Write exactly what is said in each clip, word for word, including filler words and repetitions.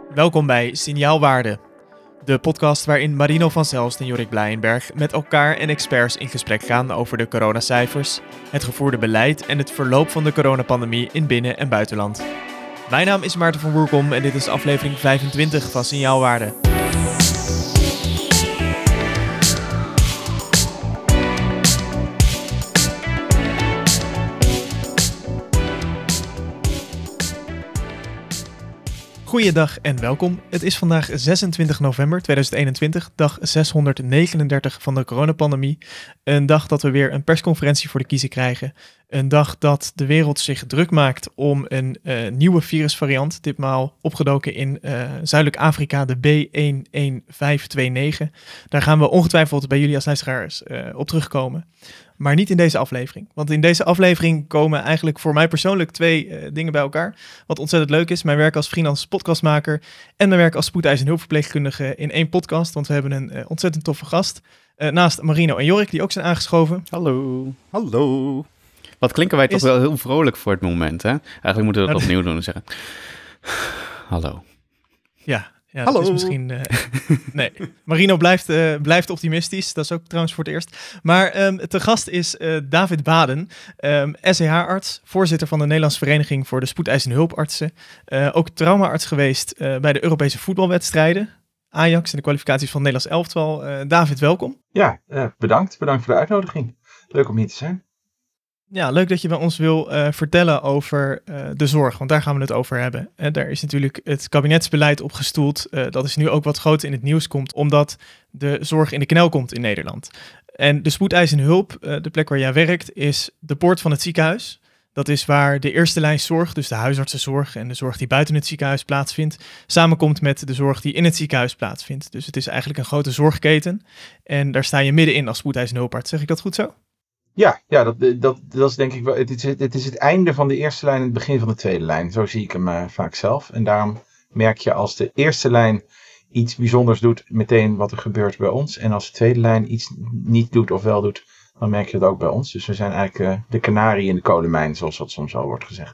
Welkom bij Signaalwaarde, de podcast waarin Marino van Zelst en Jorik Blijenberg met elkaar en experts in gesprek gaan over de coronacijfers, het gevoerde beleid en het verloop van de coronapandemie in binnen- en buitenland. Mijn naam is Maarten van Woerkom en dit is aflevering vijfentwintig van Signaalwaarde. Goeiedag en welkom. Het is vandaag zesentwintig november tweeduizend eenentwintig, dag zeshonderdnegenendertig van de coronapandemie. Een dag dat we weer een persconferentie voor de kiezer krijgen. Een dag dat de wereld zich druk maakt om een uh, nieuwe virusvariant, ditmaal opgedoken in uh, Zuidelijk Afrika, de B één één vijf twee negen. Daar gaan we ongetwijfeld bij jullie als luisteraars uh, op terugkomen. Maar niet in deze aflevering. Want in deze aflevering komen eigenlijk voor mij persoonlijk twee uh, dingen bij elkaar. Wat ontzettend leuk is. Mijn werk als freelance podcastmaker en mijn werk als spoedeisende hulpverpleegkundige in één podcast. Want we hebben een uh, ontzettend toffe gast. Uh, naast Marino en Jorik, die ook zijn aangeschoven. Hallo. Hallo. Wat klinken wij Is... toch wel heel vrolijk voor het moment, hè? Eigenlijk moeten we dat opnieuw doen en zeggen... Hallo. Ja. Ja, Hallo. Dat is misschien... Uh, nee, Marino blijft, uh, blijft optimistisch. Dat is ook trouwens voor het eerst. Maar um, te gast is uh, David Baden, um, S E H-arts, voorzitter van de Nederlandse Vereniging voor de Spoedeisende Hulpartsen. Uh, ook traumaarts geweest uh, bij de Europese voetbalwedstrijden. Ajax en de kwalificaties van het Nederlands elftal. Uh, David, welkom. Ja, uh, bedankt. Bedankt voor de uitnodiging. Leuk om hier te zijn. Ja, leuk dat je bij ons wil uh, vertellen over uh, de zorg, want daar gaan we het over hebben. En daar is natuurlijk het kabinetsbeleid op gestoeld. Uh, dat is nu ook wat groot in het nieuws komt, omdat de zorg in de knel komt in Nederland. En de spoedeisende hulp, uh, de plek waar jij werkt, is de poort van het ziekenhuis. Dat is waar de eerste lijn zorg, dus de huisartsenzorg en de zorg die buiten het ziekenhuis plaatsvindt, samenkomt met de zorg die in het ziekenhuis plaatsvindt. Dus het is eigenlijk een grote zorgketen. En daar sta je middenin als spoedeisende hulparts. Zeg ik dat goed zo? Ja, ja dat, dat, dat is denk ik wel. Het is, het is het einde van de eerste lijn en het begin van de tweede lijn. Zo zie ik hem uh, vaak zelf. En daarom merk je als de eerste lijn iets bijzonders doet, meteen wat er gebeurt bij ons. En als de tweede lijn iets niet doet of wel doet, dan merk je dat ook bij ons. Dus we zijn eigenlijk uh, de kanarie in de kolenmijn, zoals dat soms al wordt gezegd.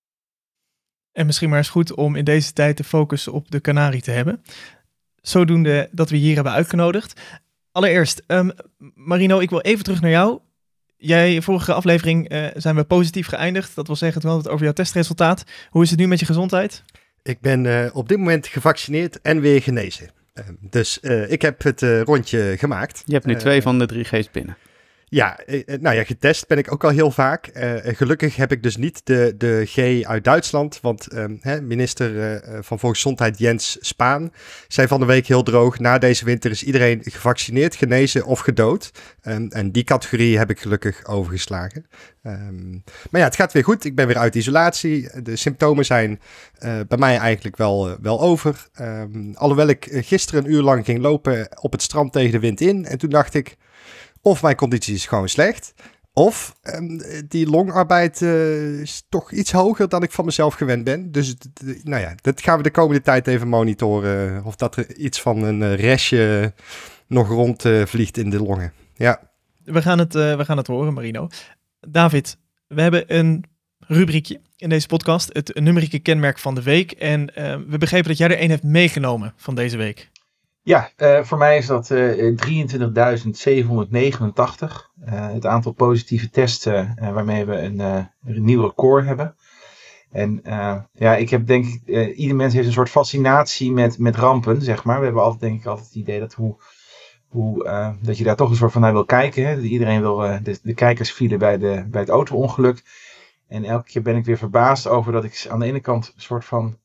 En misschien maar eens goed om in deze tijd de focus op de kanarie te hebben. Zodoende dat we hier hebben uitgenodigd. Allereerst, um, Marino, ik wil even terug naar jou. Jij, vorige aflevering uh, zijn we positief geëindigd. Dat wil zeggen, toen hadden we het over jouw testresultaat. Hoe is het nu met je gezondheid? Ik ben uh, op dit moment gevaccineerd en weer genezen. Uh, dus uh, ik heb het uh, rondje gemaakt. Je hebt nu uh, twee van de drie G's binnen. Ja, uh, nou ja, getest ben ik ook al heel vaak. Uh, gelukkig heb ik dus niet de, de G uit Duitsland. Want um, hè, minister uh, van Volksgezondheid Jens Spahn zei van de week heel droog: na deze winter is iedereen gevaccineerd, genezen of gedood. Um, en die categorie heb ik gelukkig overgeslagen. Um, maar ja, het gaat weer goed. Ik ben weer uit isolatie. De symptomen zijn uh, bij mij eigenlijk wel, uh, wel over. Um, alhoewel ik uh, gisteren een uur lang ging lopen op het strand tegen de wind in. En toen dacht ik, of mijn conditie is gewoon slecht, of um, die longarbeid uh, is toch iets hoger dan ik van mezelf gewend ben. Dus d- nou ja, dat gaan we de komende tijd even monitoren. Of dat er iets van een uh, restje nog rond uh, vliegt in de longen. Ja. We gaan het, uh, we gaan het horen, Marino. David, we hebben een rubriekje in deze podcast, het numerieke kenmerk van de week. En uh, we begrepen dat jij er een hebt meegenomen van deze week. Ja, uh, voor mij is dat uh, drieëntwintigduizend zevenhonderdnegenentachtig. Uh, het aantal positieve testen uh, waarmee we een, uh, een nieuw record hebben. En uh, ja, ik heb denk ik, uh, ieder mens heeft een soort fascinatie met, met rampen, zeg maar. We hebben altijd denk ik altijd het idee dat hoe... Hoe, uh, dat je daar toch een soort van naar wil kijken. Hè? Iedereen wil uh, de, de kijkers vielen bij, de, bij het auto-ongeluk. En elke keer ben ik weer verbaasd over dat ik aan de ene kant een soort van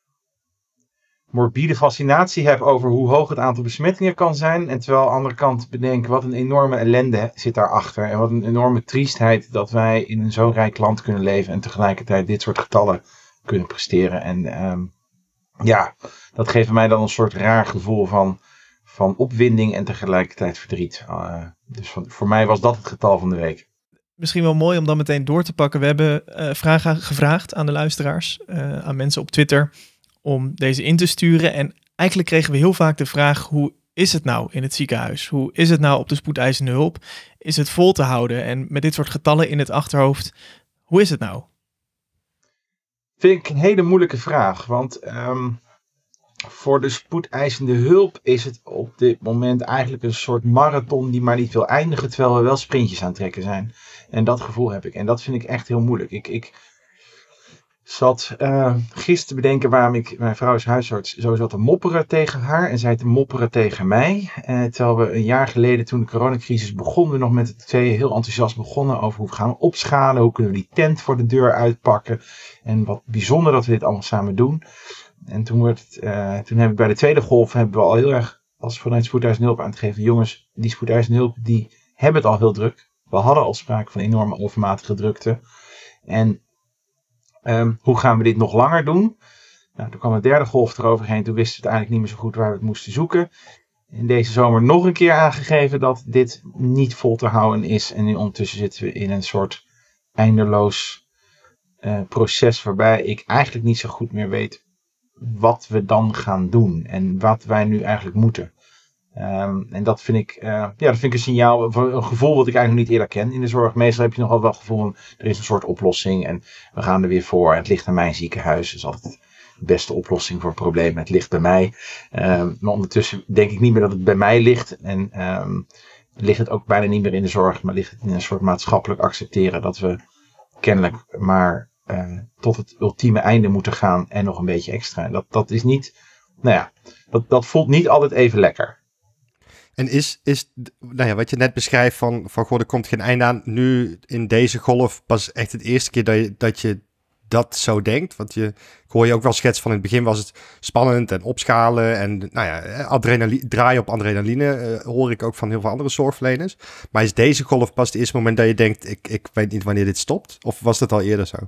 morbide fascinatie heb over hoe hoog het aantal besmettingen kan zijn. En terwijl aan de andere kant bedenk wat een enorme ellende zit daarachter. En wat een enorme triestheid dat wij in een zo rijk land kunnen leven en tegelijkertijd dit soort getallen kunnen presteren. En um, ja, dat geeft mij dan een soort raar gevoel van... van opwinding en tegelijkertijd verdriet. Uh, dus van, voor mij was dat het getal van de week. Misschien wel mooi om dan meteen door te pakken. We hebben uh, vragen gevraagd aan de luisteraars, uh, aan mensen op Twitter, om deze in te sturen. En eigenlijk kregen we heel vaak de vraag, hoe is het nou in het ziekenhuis? Hoe is het nou op de spoedeisende hulp? Is het vol te houden? En met dit soort getallen in het achterhoofd, hoe is het nou? Vind ik een hele moeilijke vraag, want... Um, voor de spoedeisende hulp is het op dit moment eigenlijk een soort marathon die maar niet wil eindigen, terwijl we wel sprintjes aan het trekken zijn. En dat gevoel heb ik. En dat vind ik echt heel moeilijk. Ik, ik zat uh, gisteren bedenken waarom ik, mijn vrouw is huisarts, zo zat te mopperen tegen haar en zij te mopperen tegen mij. Uh, terwijl we een jaar geleden, toen de coronacrisis begon, we nog met de tweeën heel enthousiast begonnen over hoe gaan we opschalen, hoe kunnen we die tent voor de deur uitpakken. En wat bijzonder dat we dit allemaal samen doen. En toen, wordt het, uh, toen heb ik bij de tweede golf hebben we al heel erg als vanuit spoedeisende hulp aan te geven. Jongens, die spoedeisende hulp die hebben het al heel druk. We hadden al sprake van enorme overmatige drukte. En um, hoe gaan we dit nog langer doen? Nou, toen kwam de derde golf eroverheen. Toen wisten we het eigenlijk niet meer zo goed waar we het moesten zoeken. In deze zomer nog een keer aangegeven dat dit niet vol te houden is. En nu ondertussen zitten we in een soort eindeloos uh, proces waarbij ik eigenlijk niet zo goed meer weet wat we dan gaan doen en wat wij nu eigenlijk moeten. Um, en dat vind ik, uh, ja, dat vind ik een signaal, een gevoel wat ik eigenlijk nog niet eerder ken in de zorg. Meestal heb je nog wel het gevoel van, er is een soort oplossing en we gaan er weer voor. En het ligt aan mijn ziekenhuis, dat is altijd de beste oplossing voor een probleem. Het ligt bij mij. Um, maar ondertussen denk ik niet meer dat het bij mij ligt. En um, ligt het ook bijna niet meer in de zorg, maar ligt het in een soort maatschappelijk accepteren dat we kennelijk maar Uh, tot het ultieme einde moeten gaan en nog een beetje extra. En dat, dat is niet, nou ja, dat, dat voelt niet altijd even lekker. En is, is nou ja, wat je net beschrijft van, van goh, er komt geen einde aan, nu in deze golf pas echt het eerste keer dat je dat, je dat zo denkt? Want je, ik hoor je ook wel schetsen van in het begin was het spannend en opschalen en nou ja, adrenaline, draaien op adrenaline, uh, hoor ik ook van heel veel andere zorgverleners. Maar is deze golf pas het eerste moment dat je denkt, ik, ik weet niet wanneer dit stopt? Of was dat al eerder zo?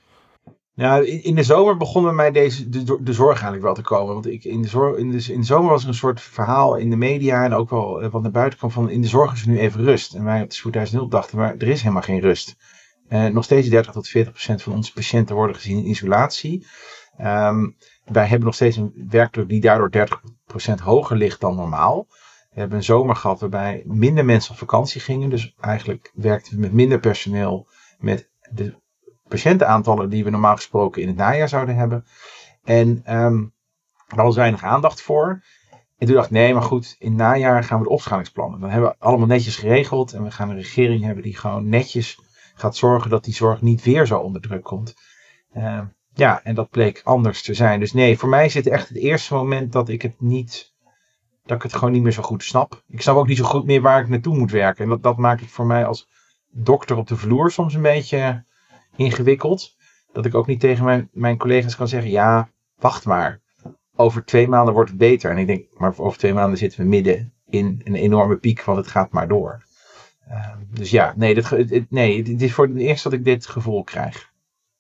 Ja, in, in de zomer begon bij mij deze, de, de zorg eigenlijk wel te komen. Want ik, in, de zorg, in, de, in de zomer was er een soort verhaal in de media en ook wel uh, wat naar buiten kwam van in de zorg is er nu even rust. En wij op de spoedeisende hulp dachten, maar er is helemaal geen rust. Uh, nog steeds dertig tot veertig procent van onze patiënten worden gezien in isolatie. Um, wij hebben nog steeds een werkdruk die daardoor dertig procent hoger ligt dan normaal. We hebben een zomer gehad waarbij minder mensen op vakantie gingen. Dus eigenlijk werkten we met minder personeel met de patiëntenaantallen die we normaal gesproken in het najaar zouden hebben. En um, daar was weinig aandacht voor. En toen dacht ik, nee, maar goed, in het najaar gaan we de opschalingsplannen. Dan hebben we allemaal netjes geregeld. En we gaan een regering hebben die gewoon netjes gaat zorgen dat die zorg niet weer zo onder druk komt. Uh, ja, en dat bleek anders te zijn. Dus nee, voor mij is het echt het eerste moment dat ik het niet, dat ik het gewoon niet meer zo goed snap. Ik snap ook niet zo goed meer waar ik naartoe moet werken. En dat, dat maakt het voor mij als dokter op de vloer soms een beetje ingewikkeld. Dat ik ook niet tegen mijn, mijn collega's kan zeggen, ja, wacht maar. Over twee maanden wordt het beter. En ik denk, maar over twee maanden zitten we midden in een enorme piek, want het gaat maar door. Uh, dus ja, nee, dit, het, nee, het is voor het eerst dat ik dit gevoel krijg.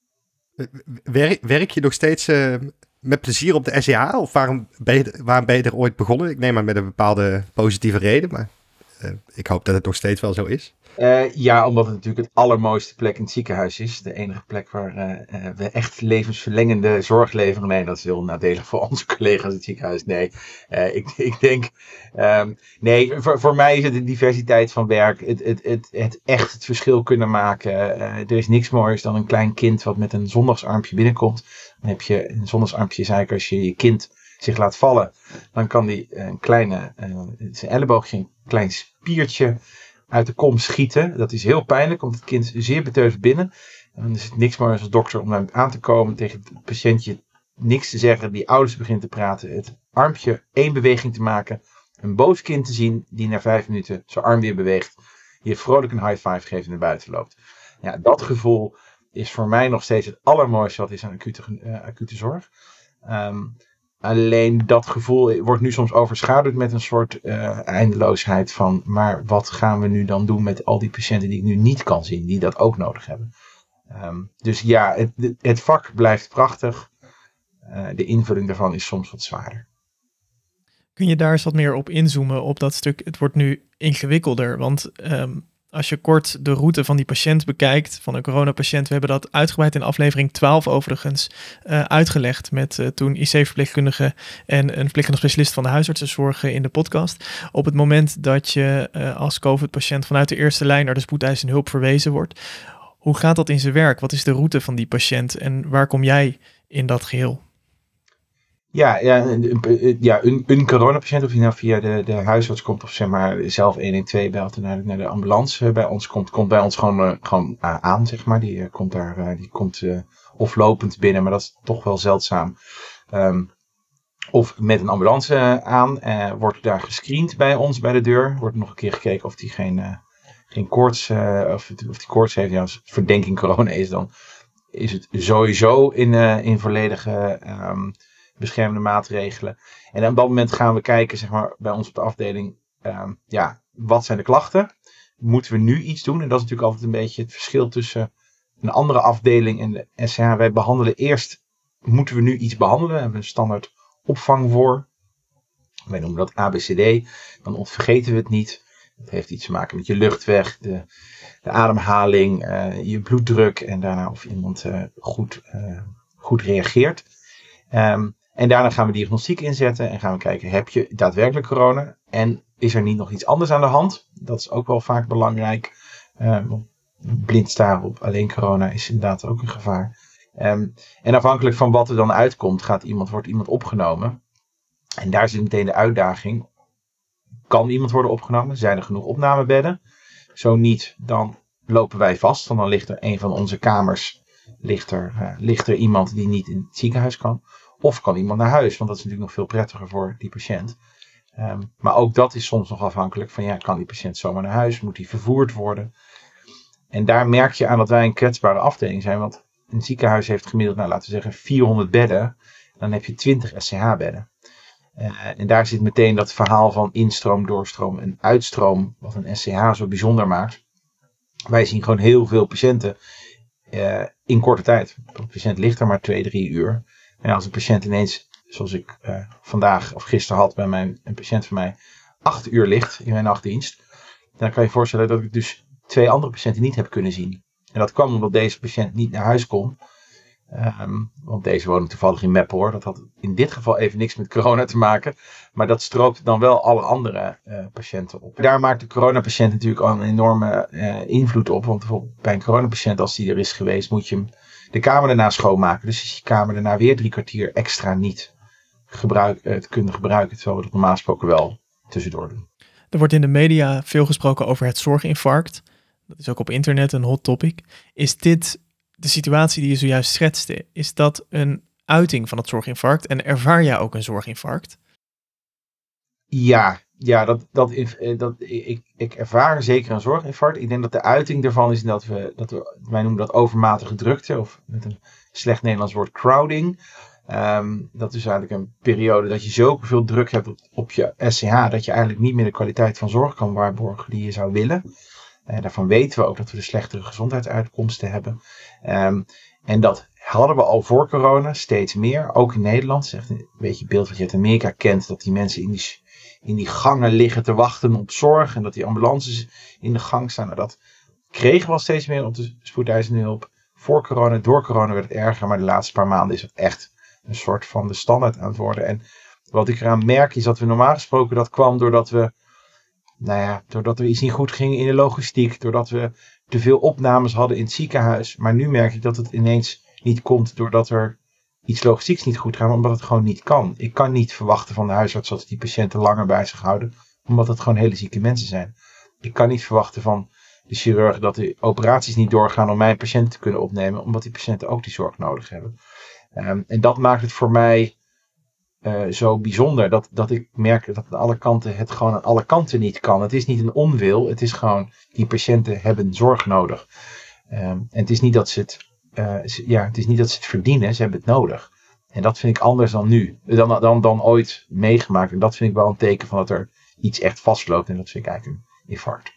Werk, werk je nog steeds uh, met plezier op de S C H? Of waarom ben, je, waarom ben je er ooit begonnen? Ik neem aan met een bepaalde positieve reden, maar uh, ik hoop dat het nog steeds wel zo is. Uh, ja, omdat het natuurlijk het allermooiste plek in het ziekenhuis is. De enige plek waar uh, uh, we echt levensverlengende zorg leveren. Nee, dat is heel nadelig voor onze collega's in het ziekenhuis. Nee, uh, ik, ik denk... Um, nee, voor, voor mij is het de diversiteit van werk. Het, het, het, het echt het verschil kunnen maken. Uh, er is niks moois dan een klein kind wat met een zondagsarmpje binnenkomt. Dan heb je een zondagsarmpje, is eigenlijk als je je kind zich laat vallen. Dan kan die een kleine, uh, zijn elleboogje, een klein spiertje uit de kom schieten. Dat is heel pijnlijk, komt het kind zeer beteuterd binnen. En dan is het niks meer als dokter om hem aan te komen, tegen het patiëntje niks te zeggen, die ouders begint te praten, het armpje één beweging te maken, een boos kind te zien die na vijf minuten zijn arm weer beweegt, je vrolijk een high five geeft en naar buiten loopt. Ja, dat gevoel is voor mij nog steeds het allermooiste wat is aan acute, uh, acute zorg. Um, Alleen dat gevoel wordt nu soms overschaduwd met een soort uh, eindeloosheid van, maar wat gaan we nu dan doen met al die patiënten die ik nu niet kan zien, die dat ook nodig hebben. Um, dus ja, het, het vak blijft prachtig. Uh, de invulling daarvan is soms wat zwaarder. Kun je daar eens wat meer op inzoomen op dat stuk? Het wordt nu ingewikkelder, want um, als je kort de route van die patiënt bekijkt, van een coronapatiënt, we hebben dat uitgebreid in aflevering twaalf overigens uh, uitgelegd met uh, toen I C-verpleegkundige en een verpleegkundige specialist van de huisartsenzorg in de podcast. Op het moment dat je uh, als COVID-patiënt vanuit de eerste lijn naar de spoedeisende hulp verwezen wordt, hoe gaat dat in zijn werk? Wat is de route van die patiënt en waar kom jij in dat geheel? Ja, ja, een, ja een, een coronapatiënt, of die nou via de, de huisarts komt of zeg maar zelf honderdtwaalf belt en naar, naar de ambulance bij ons komt, komt bij ons gewoon, uh, gewoon uh, aan, zeg maar. Die uh, komt daar, uh, die komt uh, of lopend binnen, maar dat is toch wel zeldzaam. Um, of met een ambulance uh, aan, uh, wordt daar gescreend bij ons bij de deur. Wordt nog een keer gekeken of die geen, uh, geen koorts, uh, of, of die koorts heeft. Ja, als het verdenking corona is, dan is het sowieso in, uh, in volledige um, beschermende maatregelen. En op dat moment gaan we kijken, zeg maar, bij ons op de afdeling, um, ja, wat zijn de klachten? Moeten we nu iets doen? En dat is natuurlijk altijd een beetje het verschil tussen een andere afdeling en de S C H. Wij behandelen eerst, moeten we nu iets behandelen? We hebben een standaard opvang voor. Wij noemen dat A B C D. Dan vergeten we het niet. Het heeft iets te maken met je luchtweg, de, de ademhaling, uh, je bloeddruk en daarna of iemand uh, goed, uh, goed reageert. Um, en daarna gaan we diagnostiek inzetten en gaan we kijken, heb je daadwerkelijk corona? En is er niet nog iets anders aan de hand? Dat is ook wel vaak belangrijk. Um, blind staren op alleen corona is inderdaad ook een gevaar. Um, en afhankelijk van wat er dan uitkomt, gaat iemand, wordt iemand opgenomen. En daar zit meteen de uitdaging. Kan iemand worden opgenomen? Zijn er genoeg opnamebedden? Zo niet, dan lopen wij vast. Want dan ligt er een van onze kamers, ligt er, uh, ligt er iemand die niet in het ziekenhuis kan. Of kan iemand naar huis, want dat is natuurlijk nog veel prettiger voor die patiënt. Um, maar ook dat is soms nog afhankelijk van, ja, kan die patiënt zomaar naar huis? Moet die vervoerd worden? En daar merk je aan dat wij een kwetsbare afdeling zijn. Want een ziekenhuis heeft gemiddeld, nou, laten we zeggen, vierhonderd bedden. Dan heb je twintig S C H-bedden. Uh, en daar zit meteen dat verhaal van instroom, doorstroom en uitstroom, wat een S C H zo bijzonder maakt. Wij zien gewoon heel veel patiënten uh, in korte tijd. Een patiënt ligt er maar twee, drie uur. En als een patiënt ineens, zoals ik uh, vandaag of gisteren had bij mijn, een patiënt van mij, acht uur ligt in mijn nachtdienst, dan kan je je voorstellen dat ik dus twee andere patiënten niet heb kunnen zien. En dat kwam omdat deze patiënt niet naar huis kon. Um, want deze wonen toevallig in Meppel hoor. Dat had in dit geval even niks met corona te maken. Maar dat strookt dan wel alle andere uh, patiënten op. Daar maakt de coronapatiënt natuurlijk al een enorme uh, invloed op. Want bijvoorbeeld bij een coronapatiënt, als die er is geweest, moet je hem de kamer daarna schoonmaken. Dus is je kamer daarna weer drie kwartier extra niet gebruik, uh, te kunnen gebruiken. Terwijl we dat normaal gesproken wel tussendoor doen. Er wordt in de media veel gesproken over het zorginfarct. Dat is ook op internet een hot topic. Is dit de situatie die je zojuist schetste? Is dat een uiting van het zorginfarct? En ervaar jij ook een zorginfarct? Ja, ja dat, dat, dat, ik, ik ervaar zeker een zorginfarct. Ik denk dat de uiting daarvan is dat we, dat we wij noemen dat overmatige drukte. Of met een slecht Nederlands woord crowding. Um, dat is eigenlijk een periode dat je zoveel druk hebt op, op je S C H. Dat je eigenlijk niet meer de kwaliteit van zorg kan waarborgen die je zou willen. Uh, daarvan weten we ook dat we de slechtere gezondheidsuitkomsten hebben. Um, en dat hadden we al voor corona steeds meer. Ook in Nederland. Het is echt een beetje het beeld wat je uit Amerika kent. Dat die mensen in die, in die gangen liggen te wachten op zorg. En dat die ambulances in de gang staan. Nou, dat kregen we al steeds meer op de spoedeisende hulp. Voor corona, door corona werd het erger. Maar de laatste paar maanden is het echt een soort van de standaard aan het worden. En wat ik eraan merk is dat we normaal gesproken dat kwam doordat we... Nou ja, doordat er iets niet goed ging in de logistiek. Doordat we te veel opnames hadden in het ziekenhuis. Maar nu merk ik dat het ineens niet komt doordat er iets logistieks niet goed gaat. Maar omdat het gewoon niet kan. Ik kan niet verwachten van de huisarts dat die patiënten langer bij zich houden. Omdat het gewoon hele zieke mensen zijn. Ik kan niet verwachten van de chirurg dat de operaties niet doorgaan om mijn patiënten te kunnen opnemen. Omdat die patiënten ook die zorg nodig hebben. Um, en dat maakt het voor mij... Uh, zo bijzonder dat, dat ik merk dat aan alle kanten het gewoon aan alle kanten niet kan. Het is niet een onwil, het is gewoon die patiënten hebben zorg nodig. Um, en het is niet dat ze het, uh, ze, ja, het is niet dat ze het verdienen, ze hebben het nodig. En dat vind ik anders dan nu, dan, dan, dan ooit meegemaakt. En dat vind ik wel een teken van dat er iets echt vastloopt en dat vind ik eigenlijk een infarct.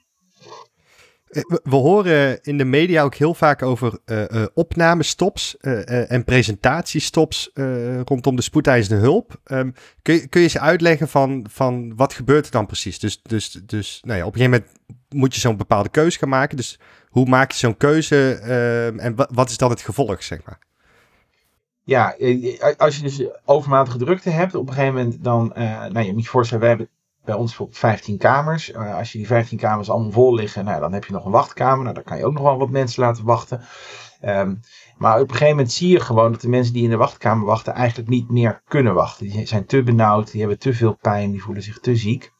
We horen in de media ook heel vaak over uh, uh, opnamestops uh, uh, en presentatiestops uh, rondom de spoedeisende hulp. Um, kun, je, kun je eens uitleggen van, van wat gebeurt er dan precies? Dus, dus, dus nou ja, op een gegeven moment moet je zo'n bepaalde keuze gaan maken. Dus hoe maak je zo'n keuze uh, en w- wat is dan het gevolg, zeg maar? Ja, als je dus overmatige drukte hebt, op een gegeven moment dan, uh, nou je moet je voorstellen, wij hebben bij ons bijvoorbeeld vijftien kamers. Uh, als je die vijftien kamers allemaal vol liggen, nou, dan heb je nog een wachtkamer. Nou, dan kan je ook nog wel wat mensen laten wachten. Um, maar op een gegeven moment zie je gewoon dat de mensen die in de wachtkamer wachten eigenlijk niet meer kunnen wachten. Die zijn te benauwd, die hebben te veel pijn, die voelen zich te ziek.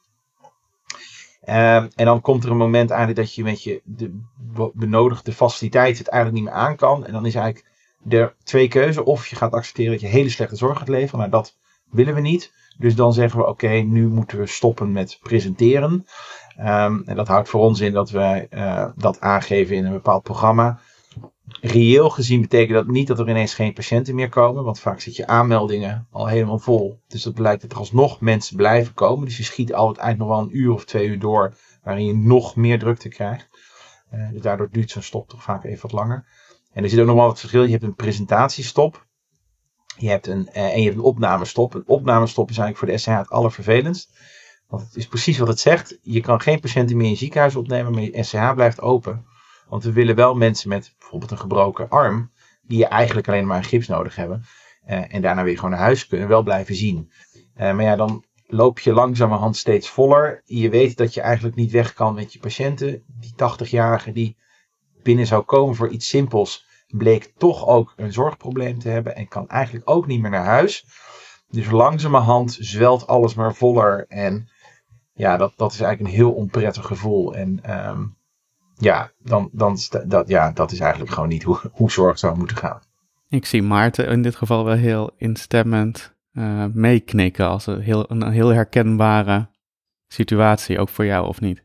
Um, en dan komt er een moment eigenlijk dat je met je de benodigde faciliteit het eigenlijk niet meer aan kan. En dan is eigenlijk er twee keuzen. Of je gaat accepteren dat je hele slechte zorg gaat leveren. Nou, dat willen we niet. Dus dan zeggen we, oké, okay, nu moeten we stoppen met presenteren. Um, en dat houdt voor ons in dat wij uh, dat aangeven in een bepaald programma. Reëel gezien betekent dat niet dat er ineens geen patiënten meer komen. Want vaak zit je aanmeldingen al helemaal vol. Dus dat blijkt dat er alsnog mensen blijven komen. Dus je schiet altijd eigenlijk nog wel een uur of twee uur door. Waarin je nog meer drukte krijgt. Uh, dus daardoor duurt zo'n stop toch vaak even wat langer. En er zit ook nog wel wat verschil. Je hebt een presentatiestop. Je hebt een, uh, en je hebt een opnamestop. Een opnamestop is eigenlijk voor de S C H het allervervelendst. Want het is precies wat het zegt. Je kan geen patiënten meer in je ziekenhuis opnemen. Maar je S C H blijft open. Want we willen wel mensen met bijvoorbeeld een gebroken arm, die je eigenlijk alleen maar een gips nodig hebben, uh, en daarna weer gewoon naar huis kunnen, wel blijven zien. Uh, maar ja, dan loop je langzamerhand steeds voller. Je weet dat je eigenlijk niet weg kan met je patiënten. Die tachtigjarige die binnen zou komen voor iets simpels, bleek toch ook een zorgprobleem te hebben en kan eigenlijk ook niet meer naar huis. Dus langzamerhand zwelt alles maar voller en ja, dat, dat is eigenlijk een heel onprettig gevoel. En um, Ja, dan, dan, dat, ja, dat is eigenlijk gewoon niet hoe, hoe zorg zou moeten gaan. Ik zie Maarten in dit geval wel heel instemmend uh, meeknikken als een heel, een heel herkenbare situatie, ook voor jou, of niet?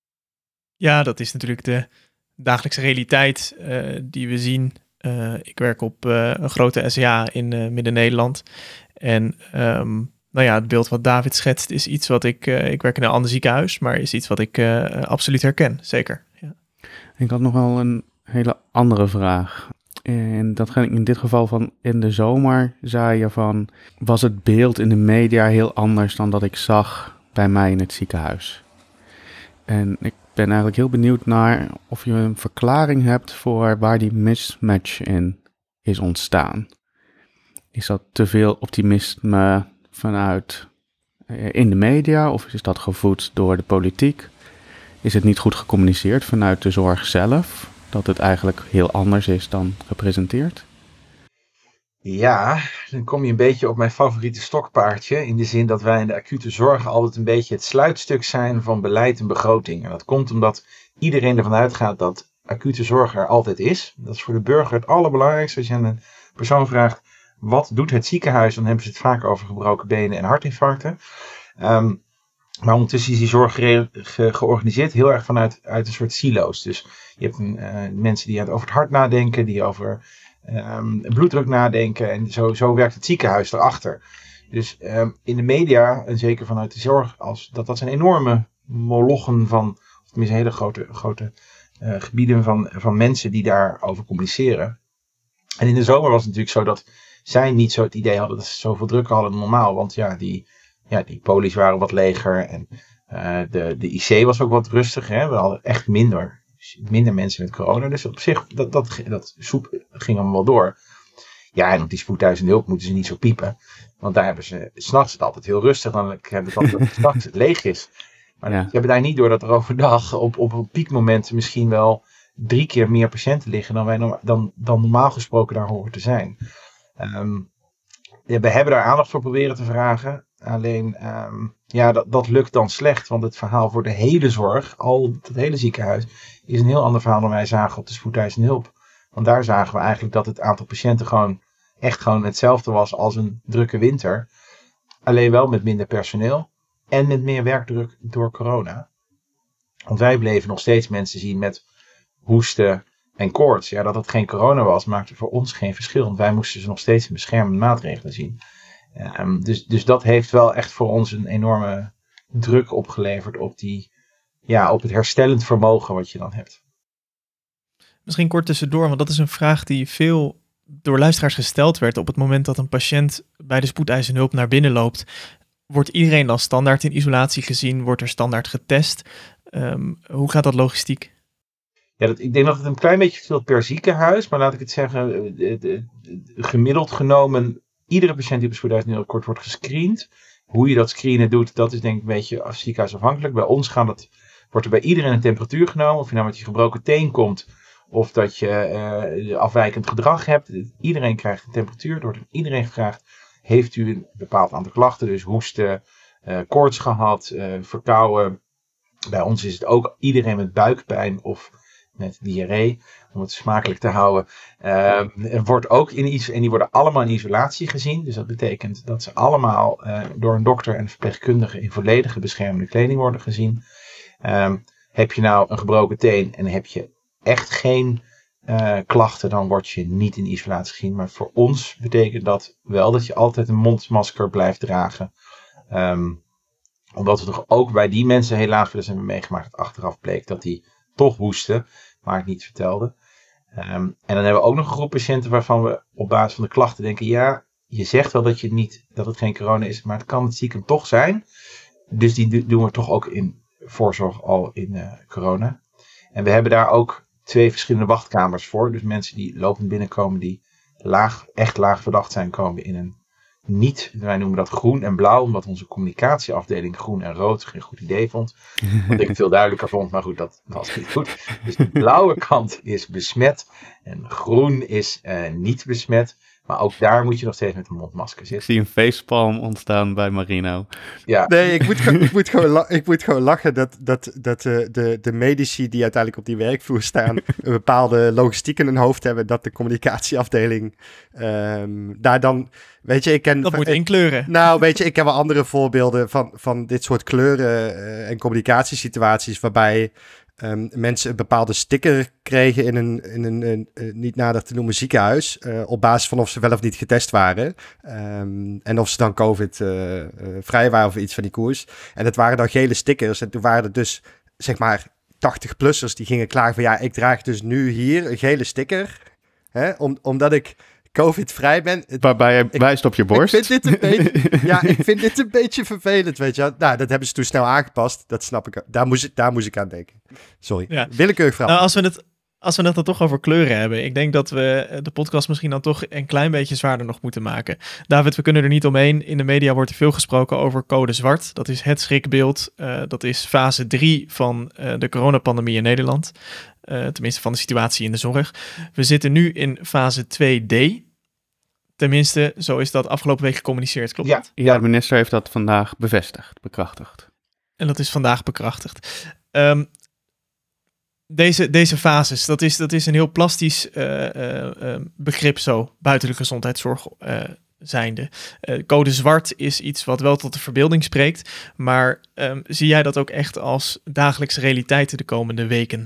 Ja, dat is natuurlijk de dagelijkse realiteit uh, die we zien. Uh, ik werk op uh, een grote S C H in uh, Midden-Nederland. En um, nou ja, het beeld wat David schetst is iets wat ik... Uh, ik werk in een ander ziekenhuis, maar is iets wat ik uh, absoluut herken, zeker. Ja. Ik had nog wel een hele andere vraag. En dat ging in dit geval van in de zomer, zei je van, was het beeld in de media heel anders dan dat ik zag bij mij in het ziekenhuis? En ik ben eigenlijk heel benieuwd naar of je een verklaring hebt voor waar die mismatch in is ontstaan. Is dat te veel optimisme vanuit in de media of is dat gevoed door de politiek? Is het niet goed gecommuniceerd vanuit de zorg zelf? Dat het eigenlijk heel anders is dan gepresenteerd? Ja, dan kom je een beetje op mijn favoriete stokpaardje. In de zin dat wij in de acute zorg altijd een beetje het sluitstuk zijn van beleid en begroting. En dat komt omdat iedereen ervan uitgaat dat acute zorg er altijd is. Dat is voor de burger het allerbelangrijkste. Als je aan een persoon vraagt, wat doet het ziekenhuis? Dan hebben ze het vaak over gebroken benen en hartinfarcten. Um, Maar ondertussen is die zorg ge- ge- georganiseerd heel erg vanuit uit een soort silo's. Dus je hebt een, uh, mensen die over het hart nadenken, die over um, bloeddruk nadenken. En zo, zo werkt het ziekenhuis erachter. Dus um, in de media, en zeker vanuit de zorg, als, dat, dat zijn enorme molochen van, of tenminste hele grote, grote uh, gebieden van, van mensen die daarover communiceren. En in de zomer was het natuurlijk zo dat zij niet zo het idee hadden dat ze zoveel druk hadden dan normaal. Want ja, die... Ja, die polies waren wat leger en uh, de, de I C was ook wat rustiger. Hè? We hadden echt minder, minder mensen met corona. Dus op zich, dat, dat, dat soep ging allemaal wel door. Ja, en op die spoedeisende hulp moeten ze niet zo piepen. Want daar hebben ze, 's nachts het altijd heel rustig. Dan hebben ze altijd dat 's nachts het leeg is. Maar ja. Ze hebben daar niet door dat er overdag op, op een piekmoment misschien wel drie keer meer patiënten liggen dan wij dan, dan, dan normaal gesproken daar horen te zijn. Um, ja, we hebben daar aandacht voor proberen te vragen. Alleen, um, ja, dat, dat lukt dan slecht. Want het verhaal voor de hele zorg, al het hele ziekenhuis, is een heel ander verhaal dan wij zagen op de spoedeisende hulp. Want daar zagen we eigenlijk dat het aantal patiënten gewoon echt gewoon hetzelfde was als een drukke winter. Alleen wel met minder personeel en met meer werkdruk door corona. Want wij bleven nog steeds mensen zien met hoesten en koorts. Ja, dat het geen corona was, maakte voor ons geen verschil. Want wij moesten ze nog steeds in beschermende maatregelen zien. Um, dus, dus dat heeft wel echt voor ons een enorme druk opgeleverd op, die, ja, op het herstellend vermogen wat je dan hebt. Misschien kort tussendoor, want dat is een vraag die veel door luisteraars gesteld werd. Op het moment dat een patiënt bij de spoedeisende hulp naar binnen loopt, wordt iedereen dan standaard in isolatie gezien? Wordt er standaard getest? Um, hoe gaat dat logistiek? Ja, dat, ik denk dat het een klein beetje verschilt per ziekenhuis. Maar laat ik het zeggen, de, de, de, gemiddeld genomen, iedere patiënt die op de spoedeisende hulp kort wordt gescreend. Hoe je dat screenen doet, dat is denk ik een beetje ziekenhuisafhankelijk. Bij ons gaat het, wordt er bij iedereen een temperatuur genomen. Of je nou met je gebroken teen komt, of dat je uh, afwijkend gedrag hebt. Iedereen krijgt een temperatuur. Er wordt iedereen gevraagd, heeft u een bepaald aantal klachten, dus hoesten, uh, koorts gehad, uh, verkouden. Bij ons is het ook iedereen met buikpijn of met diarree, om het smakelijk te houden. Uh, er wordt ook in iets, en die worden allemaal in isolatie gezien. Dus dat betekent dat ze allemaal uh, door een dokter en een verpleegkundige in volledige beschermende kleding worden gezien. Um, heb je nou een gebroken teen en heb je echt geen uh, klachten, dan word je niet in isolatie gezien. Maar voor ons betekent dat wel dat je altijd een mondmasker blijft dragen. Um, omdat we toch ook bij die mensen helaas wel eens hebben meegemaakt dat achteraf bleek dat die toch hoesten, maar het niet vertelden. Um, en dan hebben we ook nog een groep patiënten waarvan we op basis van de klachten denken, ja, je zegt wel dat, je niet, dat het geen corona is, maar het kan het stiekem toch zijn. Dus die doen we toch ook in voorzorg al in uh, corona. En we hebben daar ook twee verschillende wachtkamers voor. Dus mensen die lopend binnenkomen, die laag, echt laag verdacht zijn, komen in een niet, wij noemen dat groen en blauw, omdat onze communicatieafdeling groen en rood geen goed idee vond. Wat ik veel duidelijker vond, maar goed, dat was niet goed. Dus de blauwe kant is besmet en groen is uh, niet besmet. Maar ook daar moet je nog steeds met een mondmasker zitten. Ik zie een facepalm ontstaan bij Marino. Ja. Nee, ik moet, gewoon, ik moet, gewoon, la- ik moet gewoon lachen dat, dat, dat uh, de, de medici die uiteindelijk op die werkvloer staan een bepaalde logistiek in hun hoofd hebben, dat de communicatieafdeling um, daar dan, weet je, ik ken... Dat moet inkleuren. Nou, weet je, ik heb wel andere voorbeelden van, van dit soort kleuren uh, en communicatiesituaties waarbij Um, mensen een bepaalde sticker kregen in een, in een, een, een niet nader te noemen ziekenhuis, uh, op basis van of ze wel of niet getest waren. Um, en of ze dan COVID uh, uh, vrij waren of iets van die koers. En dat waren dan gele stickers. En toen waren er dus, zeg maar, tachtig-plussers die gingen klagen van, ja, ik draag dus nu hier een gele sticker, hè, om, omdat ik COVID-vrij ben. Waarbij je ik, wijst op je borst. Ik vind dit een beetje, ja, ik vind dit een beetje vervelend, weet je. Nou, dat hebben ze toen snel aangepast. Dat snap ik. Daar moest ik, daar moest ik aan denken. Sorry. Ja. Willekeurig vraag. Nou, als we het... Als we het dan toch over kleuren hebben, ik denk dat we de podcast misschien dan toch een klein beetje zwaarder nog moeten maken. David, we kunnen er niet omheen. In de media wordt er veel gesproken over code zwart. Dat is het schrikbeeld. Uh, dat is fase drie van uh, de coronapandemie in Nederland. Uh, tenminste van de situatie in de zorg. We zitten nu in fase twee D. Tenminste, zo is dat afgelopen week gecommuniceerd, klopt Ja. dat? Ja, de minister heeft dat vandaag bevestigd, bekrachtigd. En dat is vandaag bekrachtigd. Um, Deze, deze fases, dat is, dat is een heel plastisch uh, uh, uh, begrip zo, buiten de gezondheidszorg uh, zijnde. Uh, code zwart is iets wat wel tot de verbeelding spreekt, maar um, zie jij dat ook echt als dagelijkse realiteit de komende weken?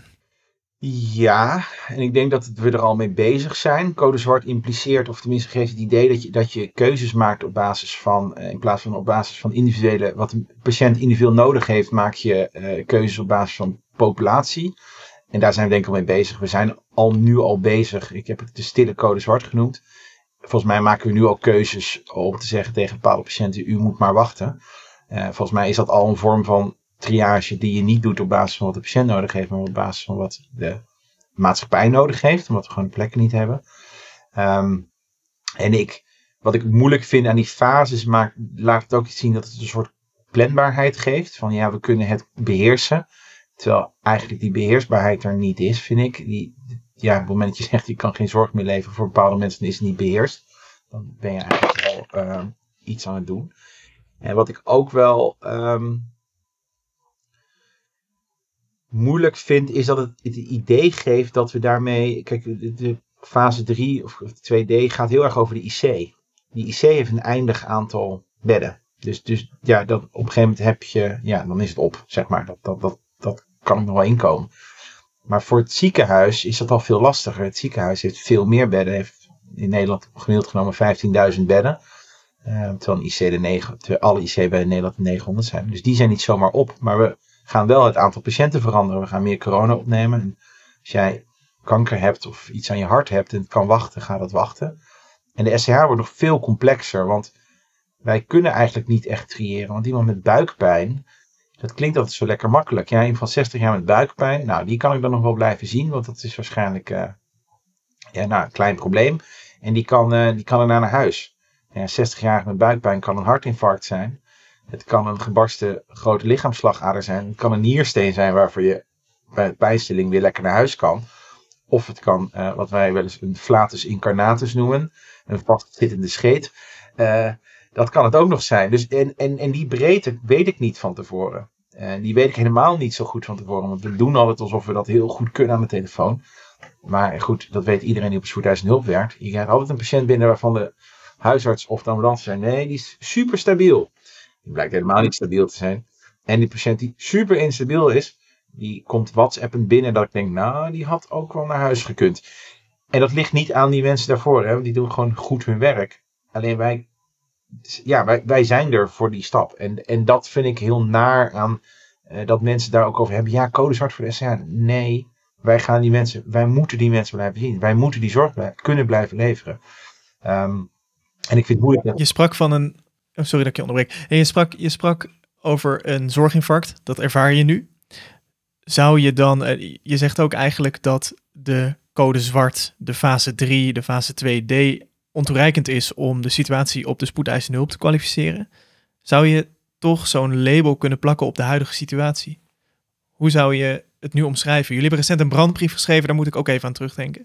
Ja, en ik denk dat we er al mee bezig zijn. Code zwart impliceert, of tenminste geeft het idee dat je, dat je keuzes maakt op basis van, uh, in plaats van op basis van individuele, wat een patiënt individueel nodig heeft, maak je uh, keuzes op basis van populatie. En daar zijn we denk ik al mee bezig. We zijn al nu al bezig. Ik heb het de stille code zwart genoemd. Volgens mij maken we nu al keuzes om te zeggen tegen bepaalde patiënten, u moet maar wachten. Uh, volgens mij is dat al een vorm van triage die je niet doet op basis van wat de patiënt nodig heeft, maar op basis van wat de maatschappij nodig heeft, omdat we gewoon de plekken niet hebben. Um, en ik, wat ik moeilijk vind aan die fases, maakt, laat het ook zien dat het een soort planbaarheid geeft. Van ja, we kunnen het beheersen. Terwijl eigenlijk die beheersbaarheid er niet is, vind ik. Die, ja, op het moment dat je zegt, je kan geen zorg meer leveren voor bepaalde mensen, dan is het niet beheerst. Dan ben je eigenlijk al uh, iets aan het doen. En wat ik ook wel um, moeilijk vind, is dat het het idee geeft dat we daarmee... Kijk, de, de fase drie of twee D gaat heel erg over de I C. Die I C heeft een eindig aantal bedden. Dus, dus ja, dat, op een gegeven moment heb je... Ja, dan is het op, zeg maar. Dat, dat, dat, dat kan ik nog wel inkomen. Maar voor het ziekenhuis is dat al veel lastiger. Het ziekenhuis heeft veel meer bedden. Heeft in Nederland gemiddeld genomen vijftienduizend bedden. Uh, terwijl, een I C de negen, terwijl alle I C-bedden in Nederland negenhonderd zijn. Dus die zijn niet zomaar op. Maar we gaan wel het aantal patiënten veranderen. We gaan meer corona opnemen. En als jij kanker hebt of iets aan je hart hebt en het kan wachten, gaat het wachten. En de S C H wordt nog veel complexer. Want wij kunnen eigenlijk niet echt triëren. Want iemand met buikpijn, dat klinkt altijd zo lekker makkelijk. Ja, iemand van zestig jaar met buikpijn, nou, die kan ik dan nog wel blijven zien. Want dat is waarschijnlijk uh, ja, nou, een klein probleem. En die kan, uh, die kan erna naar huis. Ja, zestig-jarige met buikpijn kan een hartinfarct zijn. Het kan een gebarsten grote lichaamsslagader zijn. Het kan een niersteen zijn waarvoor je bij pijnstilling weer lekker naar huis kan. Of het kan, uh, wat wij wel eens een flatus incarnatus noemen. Een vastzittende scheet. Uh, dat kan het ook nog zijn. Dus, en, en, en die breedte weet ik niet van tevoren. En die weet ik helemaal niet zo goed van tevoren. Want we doen altijd alsof we dat heel goed kunnen aan de telefoon. Maar goed, dat weet iedereen die op spoedeisende hulp werkt. Je krijgt altijd een patiënt binnen waarvan de huisarts of de ambulance zijn. Nee, die is super stabiel. Die blijkt helemaal niet stabiel te zijn. En die patiënt die super instabiel is, die komt WhatsAppen binnen dat ik denk, nou, die had ook wel naar huis gekund. En dat ligt niet aan die mensen daarvoor, hè, want die doen gewoon goed hun werk. Alleen wij, ja, wij, wij zijn er voor die stap. En, en dat vind ik heel naar aan uh, dat mensen daar ook over hebben. Ja, code zwart voor de S C H. Nee, wij gaan die mensen, wij moeten die mensen blijven zien. Wij moeten die zorg blijven, kunnen blijven leveren. Um, en ik vind het moeilijk. Dat... Je sprak van een, oh, sorry dat ik je onderbreek. En je sprak, je sprak over een zorginfarct, dat ervaar je nu. Zou je dan, je zegt ook eigenlijk dat de code zwart, de fase drie, de fase twee D ontoereikend is om de situatie op de spoedeisende hulp te kwalificeren. Zou je toch zo'n label kunnen plakken op de huidige situatie? Hoe zou je het nu omschrijven? Jullie hebben recent een brandbrief geschreven, daar moet ik ook even aan terugdenken.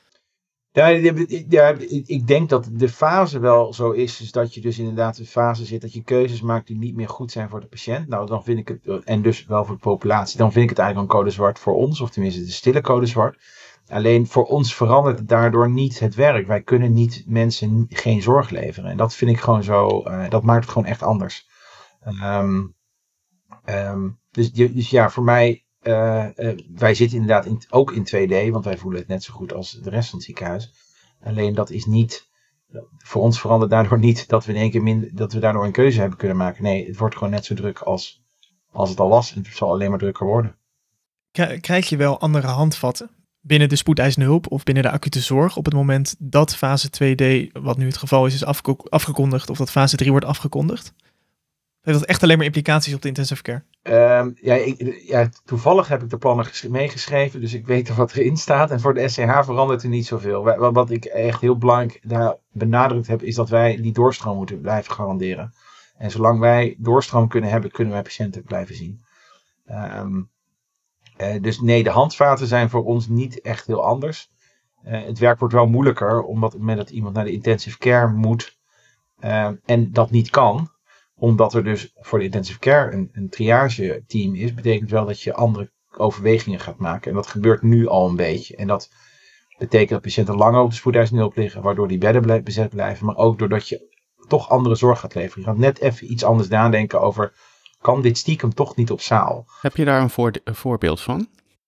Ja, ja, ik denk dat de fase wel zo is, is dat je dus inderdaad een fase zit dat je keuzes maakt die niet meer goed zijn voor de patiënt. Nou, dan vind ik het, en dus wel voor de populatie, dan vind ik het eigenlijk een code zwart voor ons, of tenminste de stille code zwart. Alleen voor ons verandert het daardoor niet het werk. Wij kunnen niet mensen geen zorg leveren. En dat vind ik gewoon zo, uh, dat maakt het gewoon echt anders. Um, um, dus, dus ja, voor mij, uh, uh, wij zitten inderdaad in, ook in twee D, want wij voelen het net zo goed als de rest van het ziekenhuis. Alleen dat is niet, voor ons verandert daardoor niet dat we in één keer minder, dat we daardoor een keuze hebben kunnen maken. Nee, het wordt gewoon net zo druk als, als het al was. En het zal alleen maar drukker worden. Krijg je wel andere handvatten binnen de spoedeisende hulp of binnen de acute zorg op het moment dat fase twee D, wat nu het geval is, is afge- afgekondigd of dat fase drie wordt afgekondigd? Heeft dat echt alleen maar implicaties op de intensive care? Um, ja, ik, ja, toevallig heb ik de plannen ges- meegeschreven, dus ik weet er wat erin staat. En voor de S C H verandert er niet zoveel. Wij, wat ik echt heel belangrijk daar benadrukt heb, is dat wij die doorstroom moeten blijven garanderen. En zolang wij doorstroom kunnen hebben, kunnen wij patiënten blijven zien. Um, uh, dus nee, de handvaten zijn voor ons niet echt heel anders. Uh, het werk wordt wel moeilijker, omdat op het moment dat iemand naar de intensive care moet uh, en dat niet kan, omdat er dus voor de intensive care een, een triage team is, betekent wel dat je andere overwegingen gaat maken. En dat gebeurt nu al een beetje. En dat betekent dat patiënten langer op de spoedeisende hulp liggen, waardoor die bedden ble- bezet blijven, maar ook doordat je toch andere zorg gaat leveren. Je gaat net even iets anders nadenken over, kan dit stiekem toch niet op zaal? Heb je daar een, voor, een voorbeeld van?